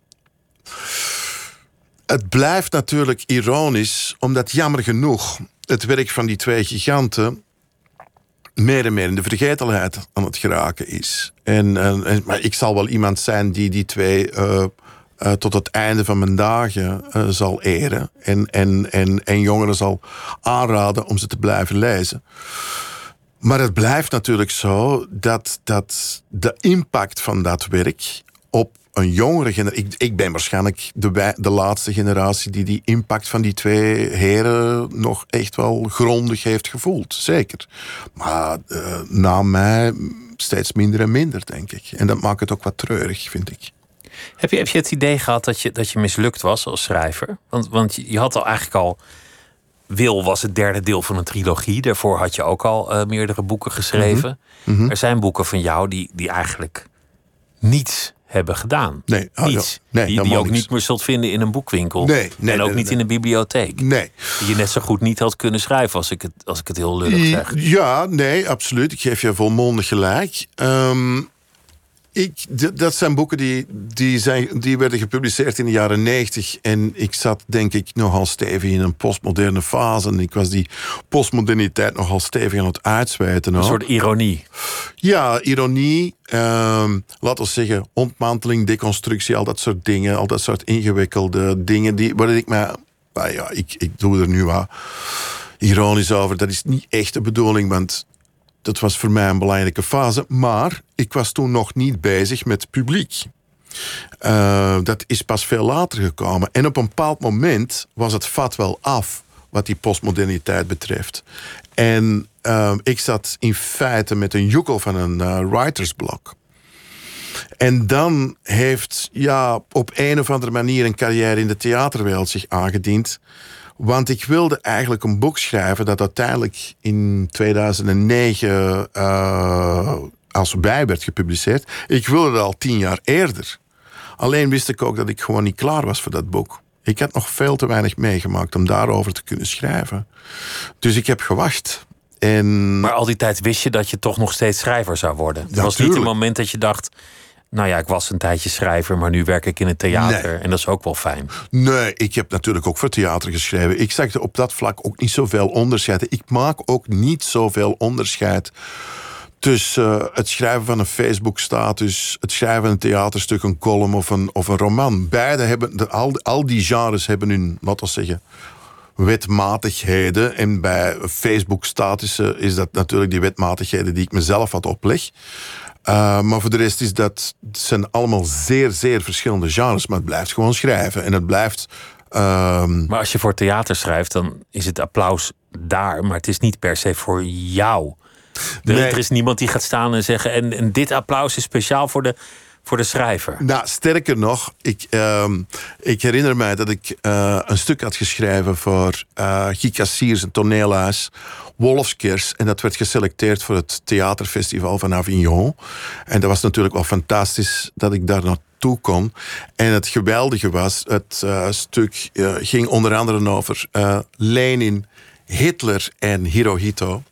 het blijft natuurlijk ironisch, omdat jammer genoeg het werk van die twee giganten meer en meer in de vergetelheid aan het geraken is. En, en, maar ik zal wel iemand zijn die die twee uh, uh, tot het einde van mijn dagen uh, zal eren. En, en, en, en jongeren zal aanraden om ze te blijven lezen. Maar het blijft natuurlijk zo dat, dat de impact van dat werk op een jongere generatie... Ik, ik ben waarschijnlijk de, de laatste generatie die die impact van die twee heren nog echt wel grondig heeft gevoeld. Zeker. Maar uh, na mij steeds minder en minder, denk ik. En dat maakt het ook wat treurig, vind ik. Heb je, heb je het idee gehad dat je, dat je mislukt was als schrijver? Want, want je had al eigenlijk al... Wil was het derde deel van een trilogie. Daarvoor had je ook al uh, meerdere boeken geschreven. Mm-hmm. Mm-hmm. Er zijn boeken van jou die, die eigenlijk niets hebben gedaan. Nee, oh, niets. Ja. Nee, die die je ook niets. niet meer zult vinden in een boekwinkel. Nee, nee, en ook nee, niet nee. in een bibliotheek. Nee. Die je net zo goed niet had kunnen schrijven als ik het, als ik het heel lullig zeg. Ja, nee, absoluut. Ik geef je volmondig gelijk. Um, Ik, d- dat zijn boeken die, die, zijn, die werden gepubliceerd in de jaren negentig. En ik zat, denk ik, nogal stevig in een postmoderne fase. En ik was die postmoderniteit nogal stevig aan het uitzwijten. Een soort ironie. Ja, ironie. Um, laten we zeggen, ontmanteling, deconstructie, al dat soort dingen. Al dat soort ingewikkelde dingen. Die, waar ik me... Nou ja, ik, ik doe er nu wat ironisch over. Dat is niet echt de bedoeling, want... Dat was voor mij een belangrijke fase. Maar ik was toen nog niet bezig met publiek. Uh, dat is pas veel later gekomen. En op een bepaald moment was het vat wel af... wat die postmoderniteit betreft. En uh, ik zat in feite met een joekel van een uh, writersblok. En dan heeft ja, op een of andere manier... een carrière in de theaterwereld zich aangediend... Want ik wilde eigenlijk een boek schrijven... dat uiteindelijk in tweeduizend negen uh, als bij werd gepubliceerd. Ik wilde het al tien jaar eerder. Alleen wist ik ook dat ik gewoon niet klaar was voor dat boek. Ik had nog veel te weinig meegemaakt om daarover te kunnen schrijven. Dus ik heb gewacht. En... Maar al die tijd wist je dat je toch nog steeds schrijver zou worden. Het Ja, was niet tuurlijk. een moment dat je dacht... nou ja, ik was een tijdje schrijver, maar nu werk ik in het theater. Nee. En dat is ook wel fijn. Nee, ik heb natuurlijk ook voor theater geschreven. Ik zag er op dat vlak ook niet zoveel onderscheid. Ik maak ook niet zoveel onderscheid tussen uh, het schrijven van een Facebook-status... het schrijven van een theaterstuk, een column of een, of een roman. Beide hebben, de, al, al die genres hebben hun, laten we zeggen... wetmatigheden. En bij Facebook-statussen is dat natuurlijk die wetmatigheden... die ik mezelf had opleg. Uh, maar voor de rest is dat, het zijn allemaal zeer, zeer verschillende genres. Maar het blijft gewoon schrijven. En het blijft... Um... Maar als je voor theater schrijft, dan is het applaus daar. Maar het is niet per se voor jou. Er, Nee. er is niemand die gaat staan en zeggen... en, en dit applaus is speciaal voor de, voor de schrijver. Nou, sterker nog, ik, um, ik herinner mij dat ik uh, een stuk had geschreven... voor uh, Guy Cassiers, een toneelhuis... Wolfskers. En dat werd geselecteerd voor het theaterfestival van Avignon. En dat was natuurlijk wel fantastisch dat ik daar naartoe kon. En het geweldige was, het uh, stuk uh, ging onder andere over uh, Lenin, Hitler en Hirohito.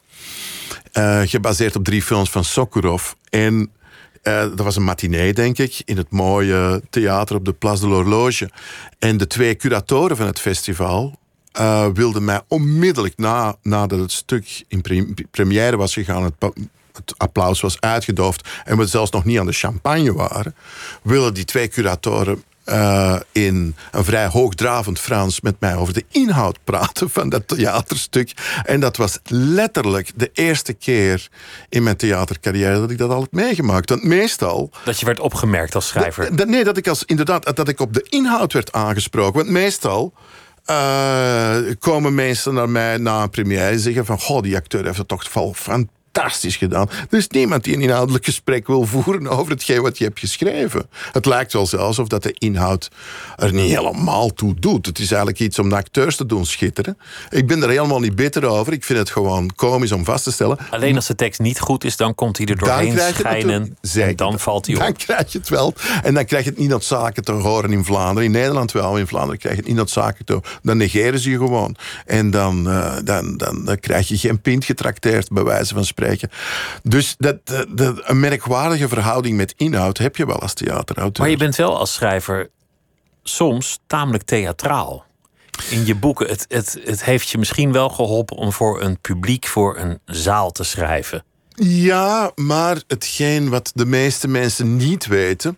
Uh, gebaseerd op drie films van Sokurov. En uh, dat was een matinee, denk ik, in het mooie theater op de Place de l'Horloge. En de twee curatoren van het festival... Uh, wilde mij onmiddellijk na, nadat het stuk in pre- première was gegaan... Het, pa- het applaus was uitgedoofd... en we zelfs nog niet aan de champagne waren... wilden die twee curatoren uh, in een vrij hoogdravend Frans... met mij over de inhoud praten van dat theaterstuk. En dat was letterlijk de eerste keer in mijn theatercarrière... dat ik dat al had meegemaakt. Want meestal... Dat je werd opgemerkt als schrijver. D- d- nee, dat ik als, inderdaad dat ik op de inhoud werd aangesproken. Want meestal... Uh, komen mensen naar mij na een première en zeggen van... goh, die acteur heeft het toch wel fantastisch gedaan. Er is niemand die een inhoudelijk gesprek wil voeren over hetgeen wat je hebt geschreven. Het lijkt wel zelfs of dat de inhoud er niet helemaal toe doet. Het is eigenlijk iets om de acteurs te doen schitteren. Ik ben er helemaal niet bitter over. Ik vind het gewoon komisch om vast te stellen. Alleen als de tekst niet goed is, dan komt hij er doorheen schijnen. En dan valt hij op. Dan krijg je het wel. En dan krijg je het niet noodzakelijk te horen in Vlaanderen. In Nederland wel, in Vlaanderen krijg je het niet noodzakelijk te horen. Dan negeren ze je gewoon. En dan, uh, dan, dan, dan krijg je geen pint getrakteerd, bij wijze van spreken. Dus dat, de, de, een merkwaardige verhouding met inhoud heb je wel als theaterauteur. Maar je bent wel als schrijver soms tamelijk theatraal. In je boeken, het, het, het heeft je misschien wel geholpen om voor een publiek, voor een zaal te schrijven. Ja, maar hetgeen wat de meeste mensen niet weten,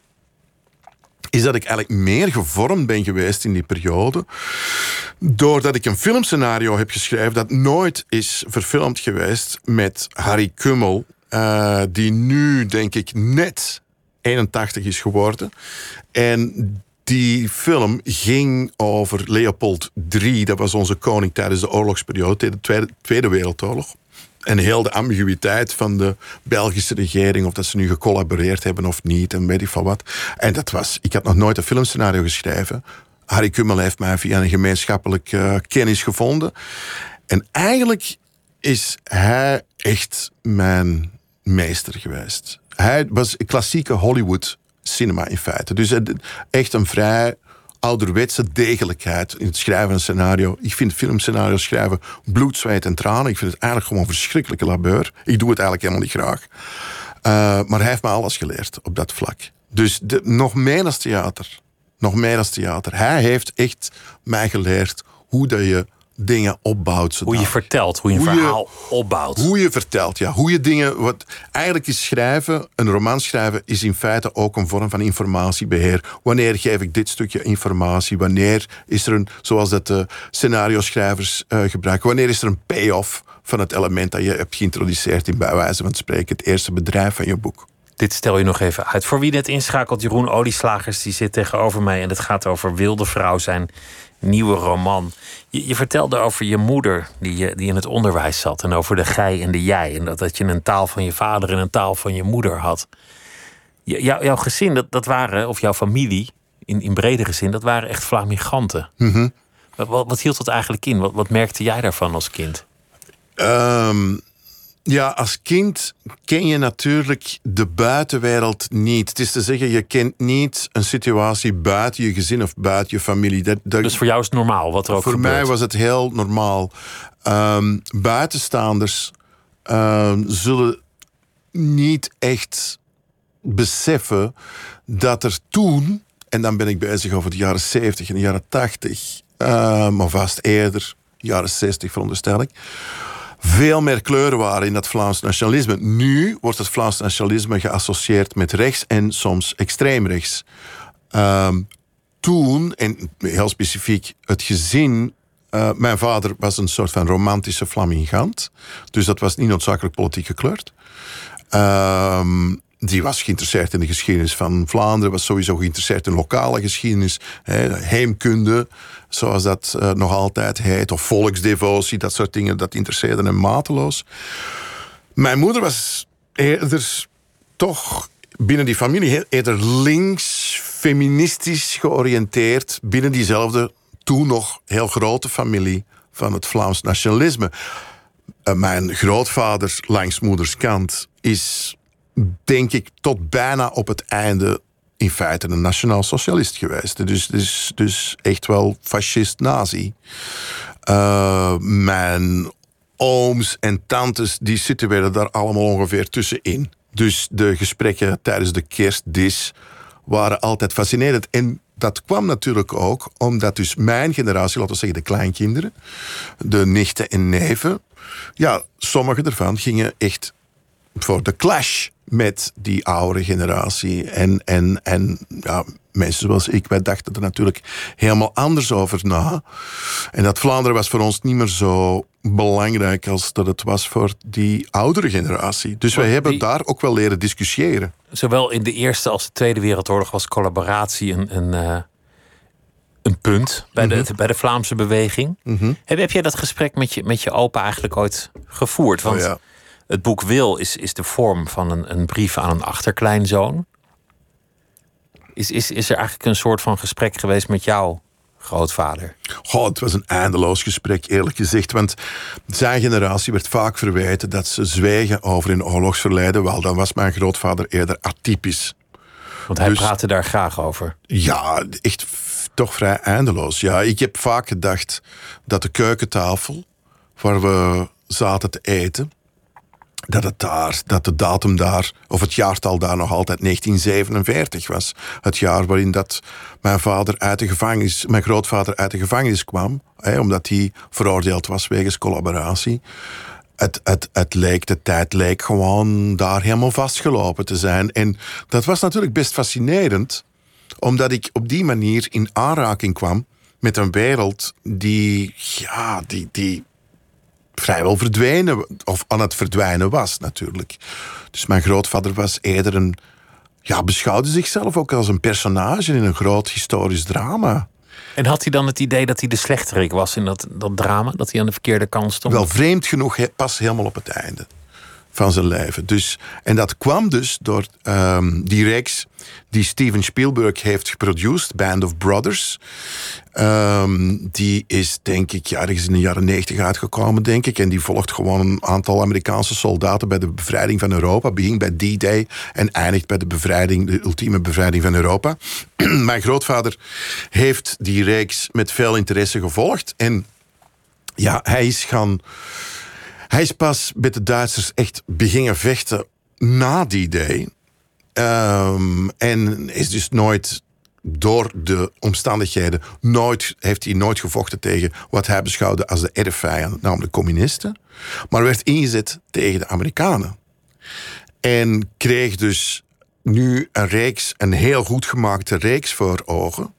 is dat ik eigenlijk meer gevormd ben geweest in die periode, doordat ik een filmscenario heb geschreven dat nooit is verfilmd geweest met Harry Kummel, uh, die nu, denk ik, net eenentachtig is geworden. En die film ging over Leopold de derde. Dat was onze koning tijdens de oorlogsperiode, de Tweede, Tweede Wereldoorlog. En heel de ambiguïteit van de Belgische regering, of dat ze nu gecollaboreerd hebben of niet, en weet ik van wat. En dat was, ik had nog nooit een filmscenario geschreven. Harry Kummel heeft mij via een gemeenschappelijk uh, kennis gevonden. En eigenlijk is hij echt mijn meester geweest. Hij was klassieke Hollywood cinema in feite. Dus echt een vrij ouderwetse degelijkheid in het schrijven van een scenario. Ik vind filmscenario's schrijven bloed, zweet en tranen. Ik vind het eigenlijk gewoon een verschrikkelijke labeur. Ik doe het eigenlijk helemaal niet graag. Uh, maar hij heeft me alles geleerd op dat vlak. Dus de, nog meer als theater. Nog meer als theater. Hij heeft echt mij geleerd hoe dat je dingen opbouwt. Hoe je vertelt, hoe je een hoe verhaal je, opbouwt. Hoe je vertelt, ja. Hoe je dingen... Wat, eigenlijk is schrijven, een roman schrijven, is in feite ook een vorm van informatiebeheer. Wanneer geef ik dit stukje informatie? Wanneer is er een, zoals dat de scenario-schrijvers uh, gebruiken, wanneer is er een payoff van het element dat je hebt geïntroduceerd in, bij wijze van spreken, het eerste bedrijf van je boek? Dit stel je nog even uit. Voor wie net inschakelt, Jeroen Olieslagers, die zit tegenover mij en het gaat over Wilde Vrouw, zijn nieuwe roman. Je, je vertelde over je moeder die, die in het onderwijs zat en over de gij en de jij. En dat, dat je een taal van je vader en een taal van je moeder had. Je, jou, jouw gezin, dat, dat waren, of jouw familie, in, in bredere zin, dat waren echt Flamiganten. Mm-hmm. Wat, wat, wat hield dat eigenlijk in? Wat, wat merkte jij daarvan als kind? Um, ja, als kind ken je natuurlijk de buitenwereld niet. Het is te zeggen, je kent niet een situatie buiten je gezin of buiten je familie. Dat, dat, dus voor jou is het normaal wat er ook voor gebeurt? Voor mij was het heel normaal. Um, buitenstaanders um, zullen niet echt beseffen dat er toen, en dan ben ik bezig over de jaren zeventig en de jaren tachtig, um, of vast eerder, jaren zestig veronderstel ik, veel meer kleuren waren in dat Vlaams nationalisme. Nu wordt het Vlaams nationalisme geassocieerd met rechts en soms extreem rechts. Um, toen, en heel specifiek het gezin, uh, mijn vader was een soort van romantische Flamingant. Dus dat was niet noodzakelijk politiek gekleurd. Um, die was geïnteresseerd in de geschiedenis van Vlaanderen, was sowieso geïnteresseerd in lokale geschiedenis, he, heemkunde, zoals dat uh, nog altijd heet, of volksdevotie, dat soort dingen, dat interesseerde hem mateloos. Mijn moeder was eerder toch binnen die familie eerder links, feministisch georiënteerd, binnen diezelfde, toen nog heel grote familie van het Vlaams nationalisme. Uh, mijn grootvader langs moeders kant is, denk ik, tot bijna op het einde in feite een nationaal socialist geweest. Dus, dus, dus echt wel fascist-nazi. Uh, mijn ooms en tantes, die situeren daar allemaal ongeveer tussenin. Dus de gesprekken tijdens de kerstdis waren altijd fascinerend. En dat kwam natuurlijk ook omdat dus mijn generatie, laten we zeggen de kleinkinderen, de nichten en neven, ja, sommige ervan gingen echt voor de clash met die oudere generatie. En, en, en ja, mensen zoals ik, wij dachten er natuurlijk helemaal anders over na. En dat Vlaanderen was voor ons niet meer zo belangrijk als dat het was voor die oudere generatie. Dus wij hebben die, daar ook wel leren discussiëren. Zowel in de Eerste als de Tweede Wereldoorlog was collaboratie een, een, uh, een punt bij, mm-hmm. de, bij de Vlaamse beweging. Mm-hmm. Heb, heb jij dat gesprek met je, met je opa eigenlijk ooit gevoerd? Want oh ja. Het boek Wil is, is de vorm van een, een brief aan een achterkleinzoon. Is, is, is er eigenlijk een soort van gesprek geweest met jouw grootvader? Goh, het was een eindeloos gesprek, eerlijk gezegd. Want zijn generatie werd vaak verweten dat ze zwegen over hun oorlogsverleden. Wel, dan was mijn grootvader eerder atypisch. Want hij dus, praatte daar graag over. Ja, echt f- toch vrij eindeloos. Ja, ik heb vaak gedacht dat de keukentafel waar we zaten te eten, dat het daar, dat de datum daar, of het jaartal daar nog altijd negentien zevenenveertig was. Het jaar waarin dat mijn vader uit de gevangenis, mijn grootvader uit de gevangenis kwam, hè, omdat hij veroordeeld was wegens collaboratie. Het, het, het leek, de tijd leek gewoon daar helemaal vastgelopen te zijn. En dat was natuurlijk best fascinerend, omdat ik op die manier in aanraking kwam met een wereld die, ja, die, die vrijwel verdwenen, of aan het verdwijnen was natuurlijk. Dus mijn grootvader was eerder een, ja, beschouwde zichzelf ook als een personage in een groot historisch drama. En had hij dan het idee dat hij de slechterik was in dat, dat drama? Dat hij aan de verkeerde kant stond? Wel, vreemd genoeg, he, pas helemaal op het einde van zijn leven. Dus, en dat kwam dus door um, die reeks die Steven Spielberg heeft geproduceerd, Band of Brothers. Um, die is, denk ik, ja, ergens in de jaren negentig uitgekomen, denk ik. En die volgt gewoon een aantal Amerikaanse soldaten bij de bevrijding van Europa. Begint bij D-Day en eindigt bij de bevrijding, de ultieme bevrijding van Europa. Mijn grootvader heeft die reeks met veel interesse gevolgd. En ja, hij is gaan... Hij is pas met de Duitsers echt beginnen vechten na die day. Um, en is dus nooit, door de omstandigheden, nooit, heeft hij nooit gevochten tegen wat hij beschouwde als de erfvijand, namelijk communisten. Maar werd ingezet tegen de Amerikanen. En kreeg dus nu een reeks, een heel goed gemaakte reeks voor ogen.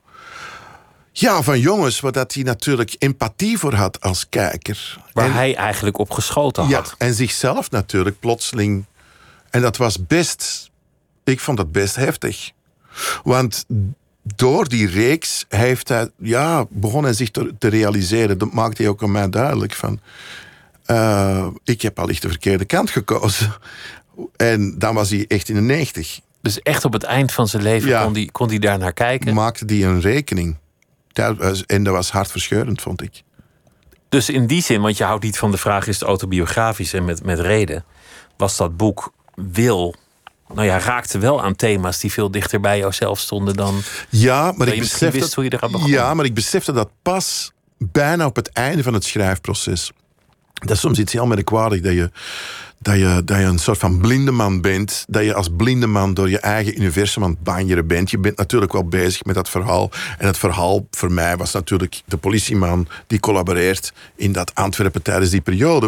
Ja, van jongens, waar dat hij natuurlijk empathie voor had als kijker. Waar en, hij eigenlijk op geschoten ja, had. En zichzelf natuurlijk plotseling. En dat was best, ik vond dat best heftig. Want door die reeks heeft hij, ja, begon hij zich te, te realiseren. Dat maakte hij ook aan mij duidelijk van, uh, ik heb allicht de verkeerde kant gekozen. En dan was hij echt in de negentig. Dus echt op het eind van zijn leven Ja. kon hij kon hij daar naar kijken. Maakte hij een rekening. Dat was, en dat was hartverscheurend, vond ik. Dus in die zin, want je houdt niet van de vraag, is het autobiografisch en met, met reden, was dat boek Wil, nou ja, raakte wel aan thema's die veel dichter bij jouzelf stonden dan, Ja, maar dan ik je misschien besefte, wist hoe je eraan begon. ja, maar ik besefte dat pas bijna op het einde van het schrijfproces. Dat is soms iets heel merkwaardig, dat je, dat je, dat je een soort van blindeman bent. Dat je als blindeman door je eigen universum aan het banjeren bent. Je bent natuurlijk wel bezig met dat verhaal. En het verhaal voor mij was natuurlijk de politieman die collaboreert in dat Antwerpen tijdens die periode.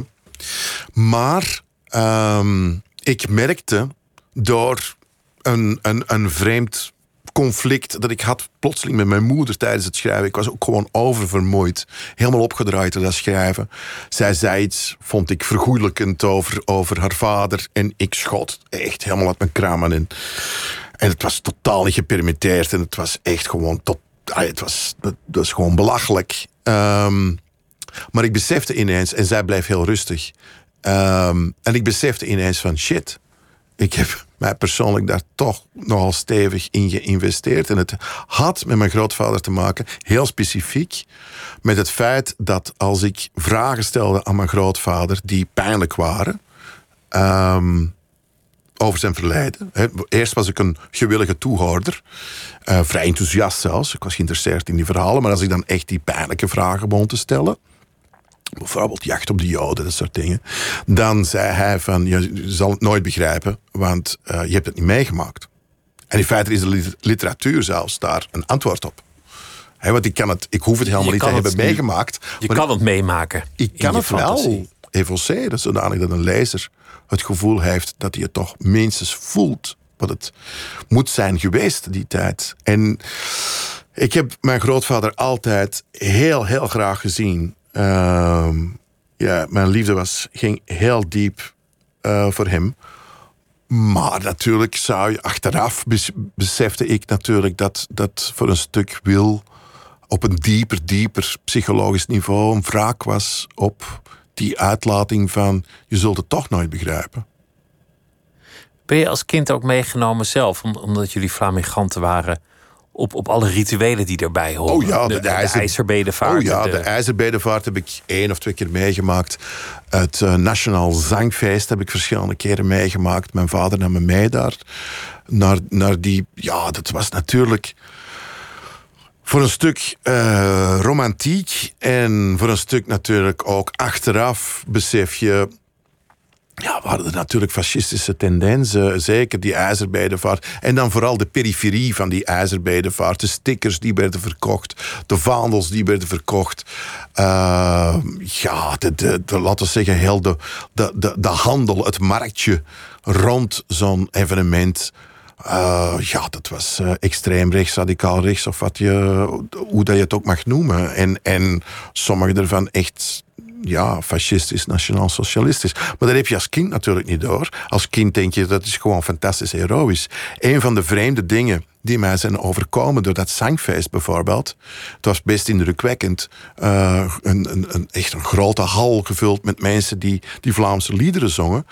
Maar um, ik merkte door een, een, een vreemd conflict dat ik had plotseling met mijn moeder tijdens het schrijven. Ik was ook gewoon oververmoeid. Helemaal opgedraaid door dat schrijven. Zij zei iets, vond ik vergoelijkend over, over haar vader. En ik schot echt helemaal uit mijn kramen in. En het was totaal niet gepermitteerd. En het was echt gewoon tot, het was, het was gewoon belachelijk. Um, maar ik besefte ineens, en zij bleef heel rustig. Um, en ik besefte ineens van shit. Ik heb mij persoonlijk daar toch nogal stevig in geïnvesteerd. En het had met mijn grootvader te maken, heel specifiek, met het feit dat als ik vragen stelde aan mijn grootvader die pijnlijk waren, um, over zijn verleden. He, eerst was ik een gewillige toehoorder, uh, vrij enthousiast zelfs. Ik was geïnteresseerd in die verhalen, maar als ik dan echt die pijnlijke vragen begon te stellen, bijvoorbeeld jacht op de Joden, dat soort dingen, dan zei hij van, je zal het nooit begrijpen, want uh, je hebt het niet meegemaakt. En in feite is de literatuur zelfs daar een antwoord op. He, want ik, kan het, ik hoef het helemaal Je niet te kan hebben het nu- meegemaakt. Je maar kan het meemaken. Ik in kan je het wel fantasie. evolueren, zodanig dat een lezer het gevoel heeft dat hij het toch minstens voelt wat het moet zijn geweest die tijd. En ik heb mijn grootvader altijd heel, heel graag gezien. Uh, ja, mijn liefde was, ging heel diep uh, voor hem. Maar natuurlijk zou je achteraf bes- besefte ik natuurlijk dat dat voor een stuk Wil op een dieper, dieper psychologisch niveau een wraak was op die uitlating van je zult het toch nooit begrijpen. Ben je als kind ook meegenomen zelf, omdat jullie flamiganten waren, op, op alle rituelen die erbij horen? Oh ja, de, de, de, ijzer, de ijzerbedevaart. Oh ja, de, de ijzerbedevaart heb ik één of twee keer meegemaakt. Het uh, Nationaal Zangfeest heb ik verschillende keren meegemaakt. Mijn vader nam me mee daar. Naar, naar die, ja, dat was natuurlijk voor een stuk uh, romantiek. En voor een stuk natuurlijk ook achteraf besef je, ja, we hadden natuurlijk fascistische tendensen, zeker die ijzerbedevaart. En dan vooral de periferie van die ijzerbedevaart. De stickers die werden verkocht, de vaandels die werden verkocht. Uh, ja, de, de, de, laten we zeggen, heel de, de, de, de handel, het marktje rond zo'n evenement. Uh, ja, dat was uh, extreem rechts, radicaal rechts, of wat je, hoe dat je het ook mag noemen. En, en sommige ervan echt, ja, fascistisch, nationaal-socialistisch. Maar dat heb je als kind natuurlijk niet door. Als kind denk je, dat is gewoon fantastisch heroïs. Een van de vreemde dingen die mij zijn overkomen door dat zangfeest bijvoorbeeld. Het was best indrukwekkend. Uh, een, een, een, echt een grote hal gevuld met mensen die, die Vlaamse liederen zongen.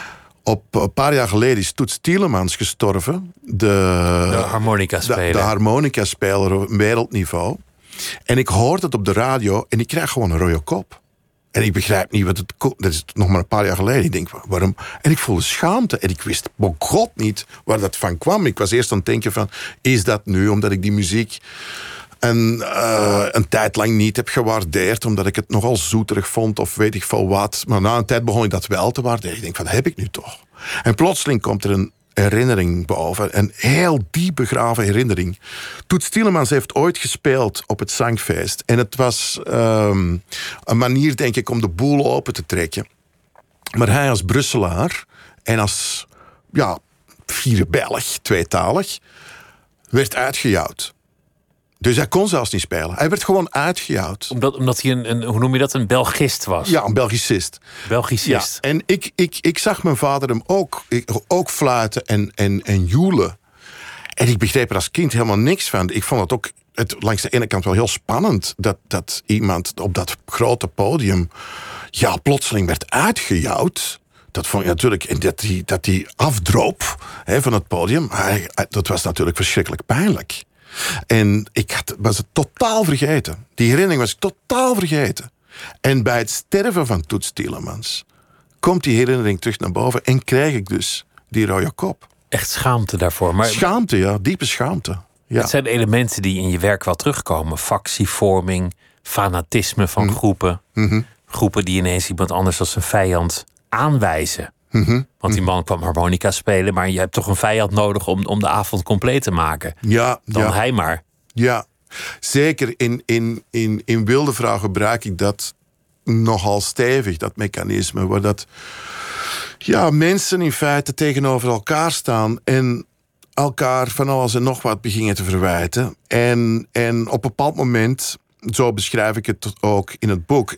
Op een paar jaar geleden is Toets Tielemans gestorven. De, de harmonica-speler. De, de harmonica-speler op wereldniveau. En ik hoorde het op de radio en ik krijg gewoon een rode kop. En ik begrijp niet wat het... Dat is nog maar een paar jaar geleden. Ik denk, waarom? En ik voelde schaamte. En ik wist, oh god, niet waar dat van kwam. Ik was eerst aan het denken van, is dat nu omdat ik die muziek een, uh, een tijd lang niet heb gewaardeerd, omdat ik het nogal zoeterig vond of weet ik veel wat. Maar na een tijd begon ik dat wel te waarderen. Ik denk, van, dat heb ik nu toch? En plotseling komt er een herinnering boven. Een heel diep begraven herinnering. Toets Tielemans heeft ooit gespeeld op het zangfeest. En het was um, een manier, denk ik, om de boel open te trekken. Maar hij als Brusselaar en als, ja, vierde Belg, tweetalig, werd uitgejouwd. Dus hij kon zelfs niet spelen. Hij werd gewoon uitgejouwd. Omdat, omdat hij een, een, hoe noem je dat, een Belgist was? Ja, een Belgicist. Belgicist. Ja, en ik, ik, ik zag mijn vader hem ook, ik, ook fluiten en, en, en joelen. En ik begreep er als kind helemaal niks van. Ik vond het ook het, langs de ene kant wel heel spannend dat, dat iemand op dat grote podium, ja, plotseling werd uitgejouwd. Dat vond je natuurlijk, en dat hij dat die afdroop, hè, van het podium, hij, dat was natuurlijk verschrikkelijk pijnlijk. En ik had, was het totaal vergeten. Die herinnering was ik totaal vergeten. En bij het sterven van Toets Tielemans komt die herinnering terug naar boven en krijg ik dus die rode kop. Echt schaamte daarvoor. Maar schaamte, ja, diepe schaamte. Ja. Het zijn elementen die in je werk wel terugkomen. Factievorming, fanatisme van mm. groepen. Mm-hmm. Groepen die ineens iemand anders als een vijand aanwijzen. Mm-hmm. Want die man kwam harmonica spelen, maar je hebt toch een vijand nodig om, om de avond compleet te maken. Ja, Dan ja. hij maar. Ja, zeker in, in, in, in Wildevrouw gebruik ik dat nogal stevig, dat mechanisme. Waar dat, ja, mensen in feite tegenover elkaar staan en elkaar van alles en nog wat beginnen te verwijten. En, en op een bepaald moment, zo beschrijf ik het ook in het boek,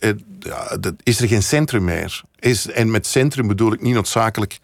is er geen centrum meer. Is, en met centrum bedoel ik niet noodzakelijk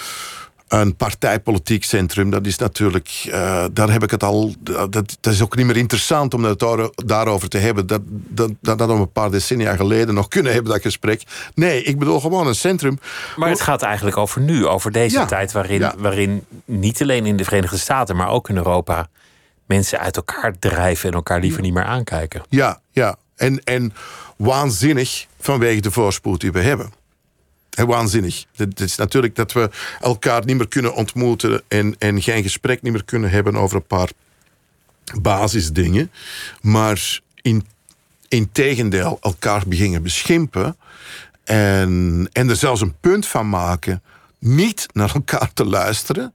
een partijpolitiek centrum. Dat is natuurlijk, uh, daar heb ik het al, dat, dat is ook niet meer interessant om het daarover te hebben. Dat, dat, dat hadden we een paar decennia geleden nog kunnen hebben, dat gesprek. Nee, ik bedoel gewoon een centrum. Maar het gaat eigenlijk over nu, over deze ja, tijd waarin, ja. waarin niet alleen in de Verenigde Staten, maar ook in Europa mensen uit elkaar drijven en elkaar liever niet meer aankijken. Ja, ja. En, en waanzinnig vanwege de voorspoed die we hebben. En waanzinnig. Het is natuurlijk dat we elkaar niet meer kunnen ontmoeten en, en geen gesprek niet meer kunnen hebben over een paar basisdingen. Maar in, in tegendeel elkaar beginnen beschimpen en, en er zelfs een punt van maken niet naar elkaar te luisteren,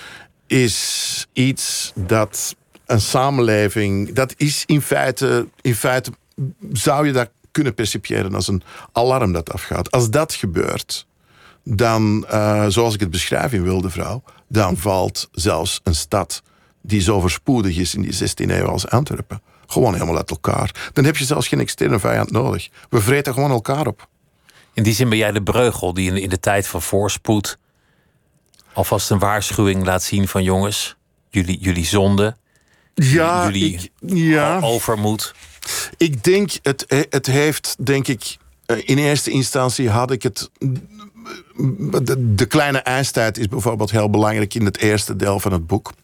is iets dat een samenleving, dat is in feite, in feite zou je dat kunnen percipiëren als een alarm dat afgaat. Als dat gebeurt, dan, uh, zoals ik het beschrijf in Wildevrouw, dan valt zelfs een stad die zo voorspoedig is in die zestiende eeuw als Antwerpen gewoon helemaal uit elkaar. Dan heb je zelfs geen externe vijand nodig. We vreten gewoon elkaar op. In die zin ben jij de Breugel die in de, in de tijd van voorspoed alvast een waarschuwing laat zien van jongens, jullie, jullie zonde, ja, jullie ik, ja. overmoed. Ik denk, het, het heeft, denk ik, in eerste instantie had ik het... De, de kleine ijstijd is bijvoorbeeld heel belangrijk in het eerste deel van het boek.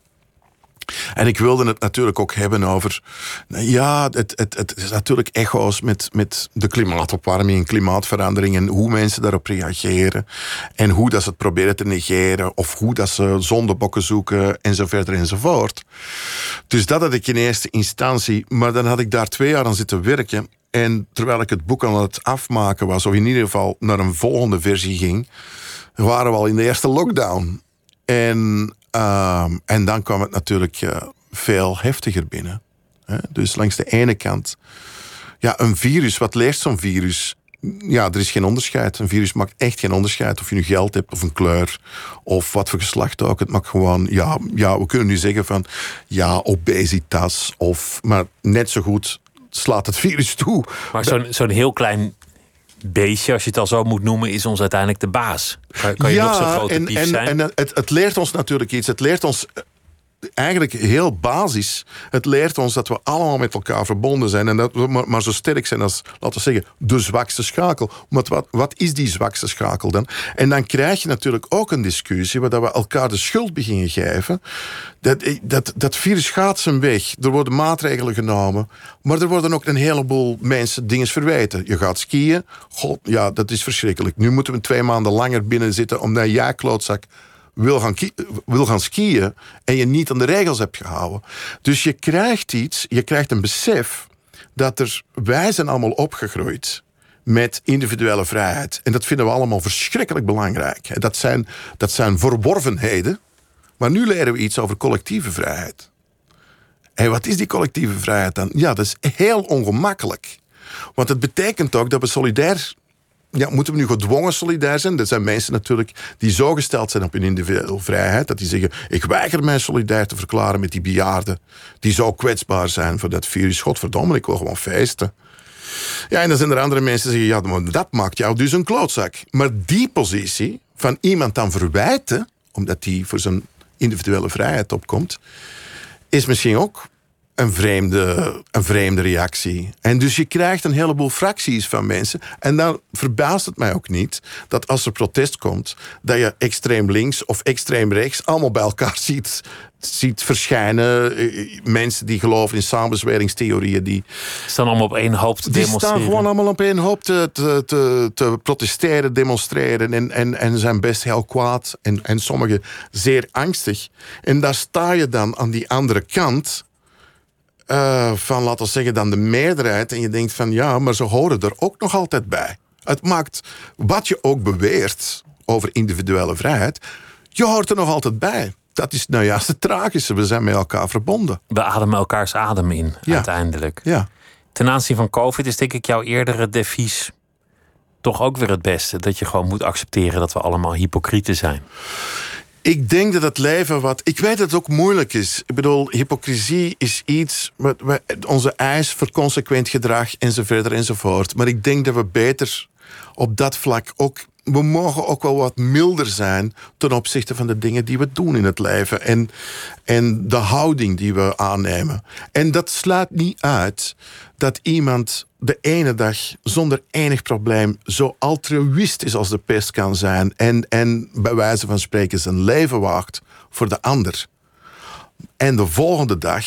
En ik wilde het natuurlijk ook hebben over... Ja, het, het, het is natuurlijk echo's met, met de klimaatopwarming en klimaatverandering... en hoe mensen daarop reageren. En hoe dat ze het proberen te negeren... of hoe dat ze zondebokken zoeken, en zo verder enzovoort. Dus dat had ik in eerste instantie. Maar dan had ik daar twee jaar aan zitten werken... En terwijl ik het boek aan het afmaken was... of in ieder geval naar een volgende versie ging... waren we al in de eerste lockdown. En, uh, en dan kwam het natuurlijk uh, veel heftiger binnen. Hè? Dus langs de ene kant... Ja, een virus, wat leert zo'n virus? Ja, er is geen onderscheid. Een virus maakt echt geen onderscheid. Of je nu geld hebt of een kleur. Of wat voor geslacht ook. Het maakt gewoon... Ja, ja we kunnen nu zeggen van... Ja, obesitas. Of, maar net zo goed... slaat het virus toe. Maar zo'n, zo'n heel klein beestje, als je het al zo moet noemen... is ons uiteindelijk de baas. Kan, kan je ja, nog zo grote en, pief en, zijn? En het, het leert ons natuurlijk iets. Het leert ons eigenlijk heel basis. Het leert ons dat we allemaal met elkaar verbonden zijn. En dat we maar, maar zo sterk zijn als, laten we zeggen, de zwakste schakel. Maar wat, wat is die zwakste schakel dan? En dan krijg je natuurlijk ook een discussie... waar we elkaar de schuld beginnen geven. Dat, dat, dat virus gaat zijn weg. Er worden maatregelen genomen. Maar er worden ook een heleboel mensen dingen verwijten. Je gaat skiën. God, ja, dat is verschrikkelijk. Nu moeten we twee maanden langer binnen zitten... omdat jij, klootzak... Wil gaan, wil gaan skiën en je niet aan de regels hebt gehouden. Dus je krijgt iets, je krijgt een besef dat er, wij zijn allemaal opgegroeid met individuele vrijheid. En dat vinden we allemaal verschrikkelijk belangrijk. Dat zijn, dat zijn verworvenheden. Maar nu leren we iets over collectieve vrijheid. En wat is die collectieve vrijheid dan? Ja, dat is heel ongemakkelijk. Want het betekent ook dat we solidair... Ja, moeten we nu gedwongen solidair zijn? Dat zijn mensen natuurlijk die zo gesteld zijn op hun individuele vrijheid... dat die zeggen, ik weiger mij solidair te verklaren met die bejaarden... die zo kwetsbaar zijn voor dat virus. Godverdomme, ik wil gewoon feesten. Ja, en dan zijn er andere mensen die zeggen... ja, dat maakt jou dus een klootzak. Maar die positie van iemand dan verwijten... omdat die voor zijn individuele vrijheid opkomt... is misschien ook... Een vreemde, een vreemde reactie. En dus je krijgt een heleboel fracties van mensen. En dan verbaast het mij ook niet... dat als er protest komt... dat je extreem links of extreem rechts... allemaal bij elkaar ziet, ziet verschijnen. Mensen die geloven in samenzweringstheorieën. Die staan allemaal op één hoop te demonstreren. Die staan gewoon allemaal op één hoop te, te, te, te protesteren, demonstreren... En, en, en zijn best heel kwaad. En, en sommigen zeer angstig. En daar sta je dan aan die andere kant... Uh, van, laten we zeggen, dan de meerderheid... en je denkt van, ja, maar ze horen er ook nog altijd bij. Het maakt, wat je ook beweert over individuele vrijheid... je hoort er nog altijd bij. Dat is nou juist het tragische, we zijn met elkaar verbonden. We ademen elkaars adem in, ja. uiteindelijk. Ja. Ten aanzien van COVID is denk ik jouw eerdere devies... toch ook weer het beste. Dat je gewoon moet accepteren dat we allemaal hypocrieten zijn. Ik denk dat het leven wat... Ik weet dat het ook moeilijk is. Ik bedoel, hypocrisie is iets... Wat we, onze eis voor consequent gedrag enzovoort enzovoort. Maar ik denk dat we beter op dat vlak ook... We mogen ook wel wat milder zijn... ten opzichte van de dingen die we doen in het leven. En, en de houding die we aannemen. En dat sluit niet uit dat iemand de ene dag zonder enig probleem... zo altruïstisch als de pest kan zijn... en, en bij wijze van spreken zijn leven waagt voor de ander. En de volgende dag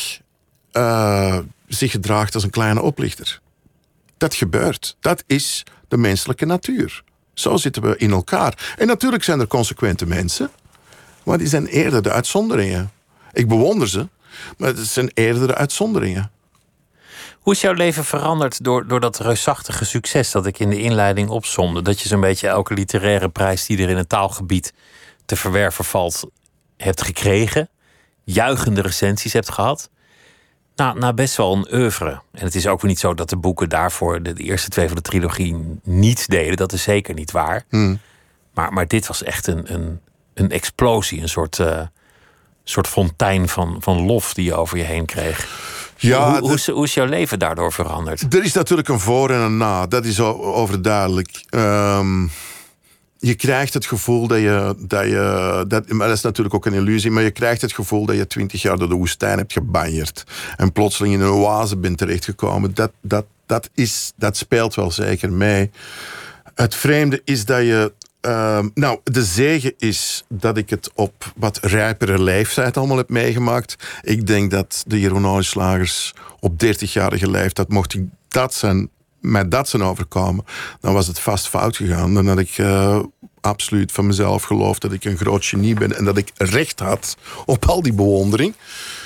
uh, zich gedraagt als een kleine oplichter. Dat gebeurt. Dat is de menselijke natuur. Zo zitten we in elkaar. En natuurlijk zijn er consequente mensen... maar die zijn eerder de uitzonderingen. Ik bewonder ze, maar het zijn eerder de uitzonderingen. Hoe is jouw leven veranderd door, door dat reusachtige succes... dat ik in de inleiding opsomde? Dat je zo'n beetje elke literaire prijs... die er in het taalgebied te verwerven valt, hebt gekregen. Juichende recensies hebt gehad. Nou, nou, best wel een oeuvre. En het is ook weer niet zo dat de boeken daarvoor... de, de eerste twee van de trilogie niets deden. Dat is zeker niet waar. Hmm. Maar, maar dit was echt een, een, een explosie. Een soort, uh, soort fontein van, van lof die je over je heen kreeg. Ja, hoe, hoe, is, hoe is jouw leven daardoor veranderd? Er is natuurlijk een voor en een na. Dat is overduidelijk. Um, je krijgt het gevoel dat je... Dat je dat, maar dat is natuurlijk ook een illusie... maar je krijgt het gevoel dat je twintig jaar door de woestijn hebt gebanjerd. En plotseling in een oase bent terechtgekomen. Dat, dat, dat, is, dat speelt wel zeker mee. Het vreemde is dat je... Uh, nou, de zegen is dat ik het op wat rijpere leeftijd allemaal heb meegemaakt. Ik denk dat de Jeroen Olieslagers op dertigjarige leeftijd, mocht ik dat zijn, mij dat zijn overkomen, dan was het vast fout gegaan. Dan had ik uh, absoluut van mezelf geloofd dat ik een groot genie ben en dat ik recht had op al die bewondering.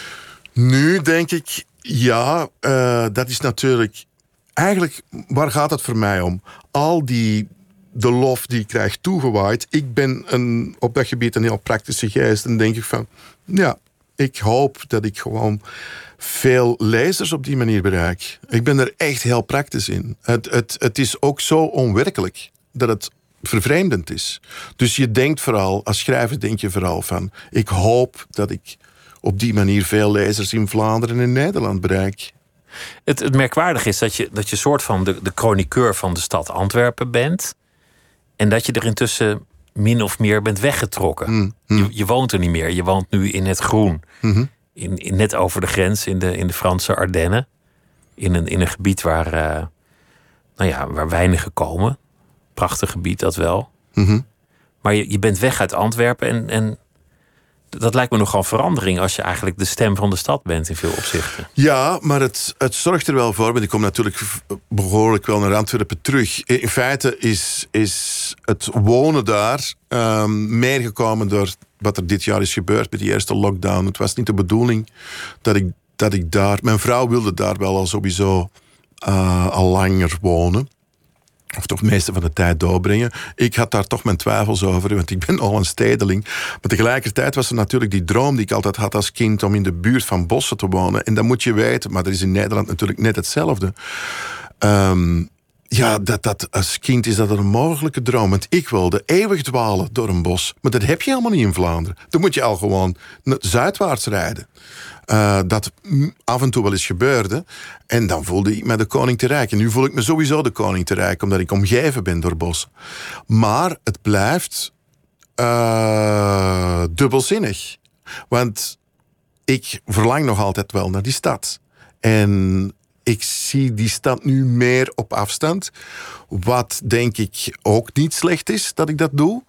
Nu denk ik, ja, uh, dat is natuurlijk... Eigenlijk, waar gaat het voor mij om? Al die... de lof die ik krijg toegewaaid. Ik ben een, op dat gebied een heel praktische geest. En denk ik van, ja, ik hoop dat ik gewoon veel lezers op die manier bereik. Ik ben er echt heel praktisch in. Het, het, het is ook zo onwerkelijk dat het vervreemdend is. Dus je denkt vooral, als schrijver denk je vooral van, ik hoop dat ik op die manier veel lezers in Vlaanderen en Nederland bereik. Het, het merkwaardige is dat je, dat je soort van de, de chroniqueur van de stad Antwerpen bent. En dat je er intussen min of meer bent weggetrokken. Mm, mm. Je, je woont er niet meer. Je woont nu in het groen. Mm-hmm. In, in, net over de grens in de, in de Franse Ardennen. In een, in een gebied waar, uh, nou ja, waar weinigen komen. Prachtig gebied, dat wel. Mm-hmm. Maar je, je bent weg uit Antwerpen. En, en dat lijkt me nogal verandering als je eigenlijk de stem van de stad bent in veel opzichten. Ja, maar het, het zorgt er wel voor. Want ik kom natuurlijk behoorlijk wel naar Antwerpen terug. In feite is, is het wonen daar um, meer gekomen door wat er dit jaar is gebeurd met die eerste lockdown. Het was niet de bedoeling dat ik, dat ik daar... Mijn vrouw wilde daar wel al sowieso uh, al langer wonen. Of toch de meeste van de tijd doorbrengen. Ik had daar toch mijn twijfels over, want ik ben al een stedeling. Maar tegelijkertijd was er natuurlijk die droom die ik altijd had als kind om in de buurt van bossen te wonen. En dat moet je weten, maar dat is in Nederland natuurlijk net hetzelfde. Um, ja, dat, dat, als kind is dat een mogelijke droom. Want ik wilde eeuwig dwalen door een bos. Maar dat heb je helemaal niet in Vlaanderen. Dan moet je al gewoon zuidwaarts rijden. Uh, dat af en toe wel eens gebeurde. En dan voelde ik me de koning te rijk. En nu voel ik me sowieso de koning te rijk, omdat ik omgeven ben door bossen. Maar het blijft uh, dubbelzinnig. Want ik verlang nog altijd wel naar die stad. En ik zie die stad nu meer op afstand. Wat denk ik ook niet slecht is dat ik dat doe.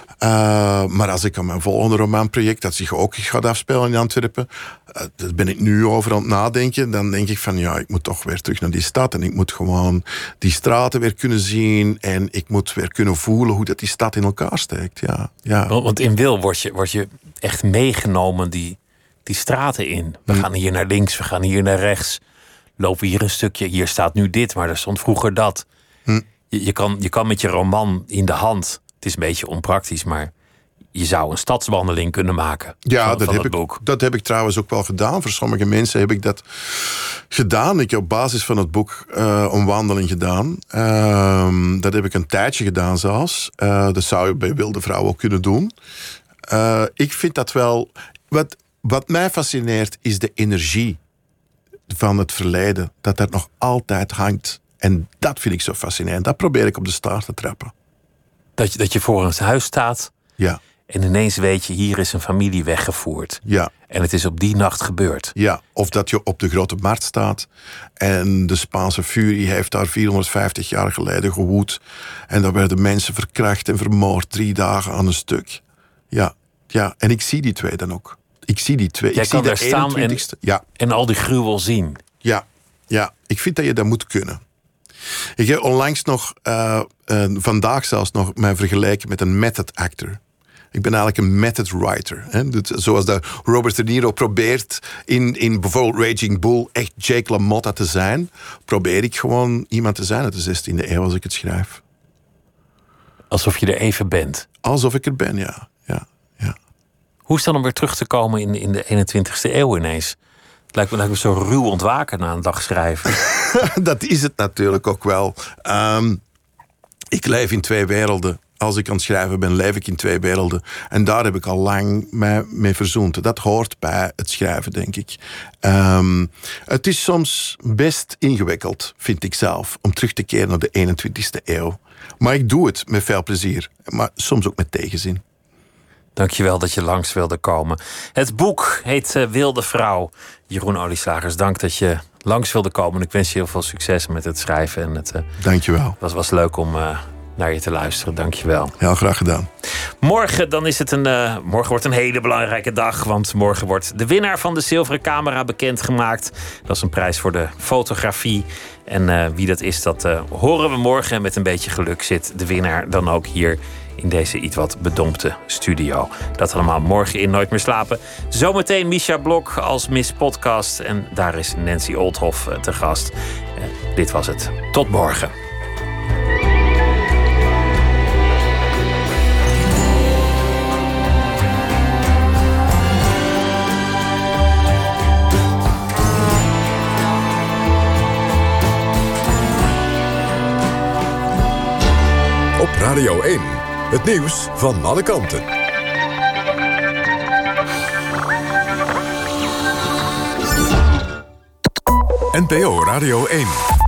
Uh, maar als ik aan mijn volgende romanproject, dat zich ook gaat afspelen in Antwerpen, uh, daar ben ik nu over aan het nadenken. Dan denk ik van, ja, ik moet toch weer terug naar die stad. En ik moet gewoon die straten weer kunnen zien. En ik moet weer kunnen voelen hoe dat die stad in elkaar steekt. Ja, ja. Want in Wil word je, word je echt meegenomen die, die straten in. We hmm. gaan hier naar links, we gaan hier naar rechts. Lopen hier een stukje, hier staat nu dit, maar er stond vroeger dat. Hm. Je, je, kan, je kan met je roman in de hand, het is een beetje onpraktisch, maar je zou een stadswandeling kunnen maken. Ja, van, dat, van heb het ik, boek. dat heb ik trouwens ook wel gedaan. Voor sommige mensen heb ik dat gedaan. Ik heb op basis van het boek uh, een wandeling gedaan. Uh, dat heb ik een tijdje gedaan zelfs. Uh, dat zou je bij Wilde Vrouw ook kunnen doen. Uh, ik vind dat wel... Wat, wat mij fascineert is de energie van het verleden, dat dat nog altijd hangt. En dat vind ik zo fascinerend. Dat probeer ik op de staart te trappen. Dat je, dat je voor een huis staat, ja. En ineens weet je, hier is een familie weggevoerd. Ja. En het is op die nacht gebeurd. Ja, of dat je op de Grote Markt staat en de Spaanse furie heeft daar vierhonderdvijftig jaar geleden gewoed. En daar werden mensen verkracht en vermoord drie dagen aan een stuk. Ja, ja. En ik zie die twee dan ook. Ik zie die twee. Jij ik kan zie daar staan en, ja. en al die gruwel zien. Ja, ja, ik vind dat je dat moet kunnen. Ik heb onlangs nog, uh, uh, vandaag zelfs nog, mij vergeleken met een method actor. Ik ben eigenlijk een method writer. Hè? Zoals dat Robert De Niro probeert in, in bijvoorbeeld Raging Bull echt Jake LaMotta te zijn, probeer ik gewoon iemand te zijn uit de zestiende eeuw als ik het schrijf. Alsof je er even bent. Alsof ik er ben, ja. ja, ja. Hoe is het dan om weer terug te komen in, in de eenentwintigste eeuw ineens? Het lijkt me, lijkt me zo ruw ontwaken na een dag schrijven. Dat is het natuurlijk ook wel. Um, ik leef in twee werelden. Als ik aan het schrijven ben, leef ik in twee werelden. En daar heb ik al lang mee, mee verzoend. Dat hoort bij het schrijven, denk ik. Um, het is soms best ingewikkeld, vind ik zelf, om terug te keren naar de eenentwintigste eeuw. Maar ik doe het met veel plezier. Maar soms ook met tegenzin. Dankjewel dat je langs wilde komen. Het boek heet uh, Wilde Vrouw. Jeroen Olieslagers, dank dat je langs wilde komen. Ik wens je heel veel succes met het schrijven. En het uh, Dankjewel. was, was leuk om uh, naar je te luisteren. Dankjewel. Heel graag gedaan. Morgen, dan is het een, uh, morgen wordt een hele belangrijke dag. Want morgen wordt de winnaar van de Zilveren Camera bekendgemaakt. Dat is een prijs voor de fotografie. En uh, wie dat is, dat uh, horen we morgen. En met een beetje geluk zit de winnaar dan ook hier in deze iets wat bedompte studio. Dat allemaal morgen in Nooit meer slapen. Zometeen Misha Blok als Miss Podcast. En daar is Nancy Oldhoff te gast. Uh, dit was het. Tot morgen. Op Radio één. Het nieuws van alle kanten. N P O Radio één.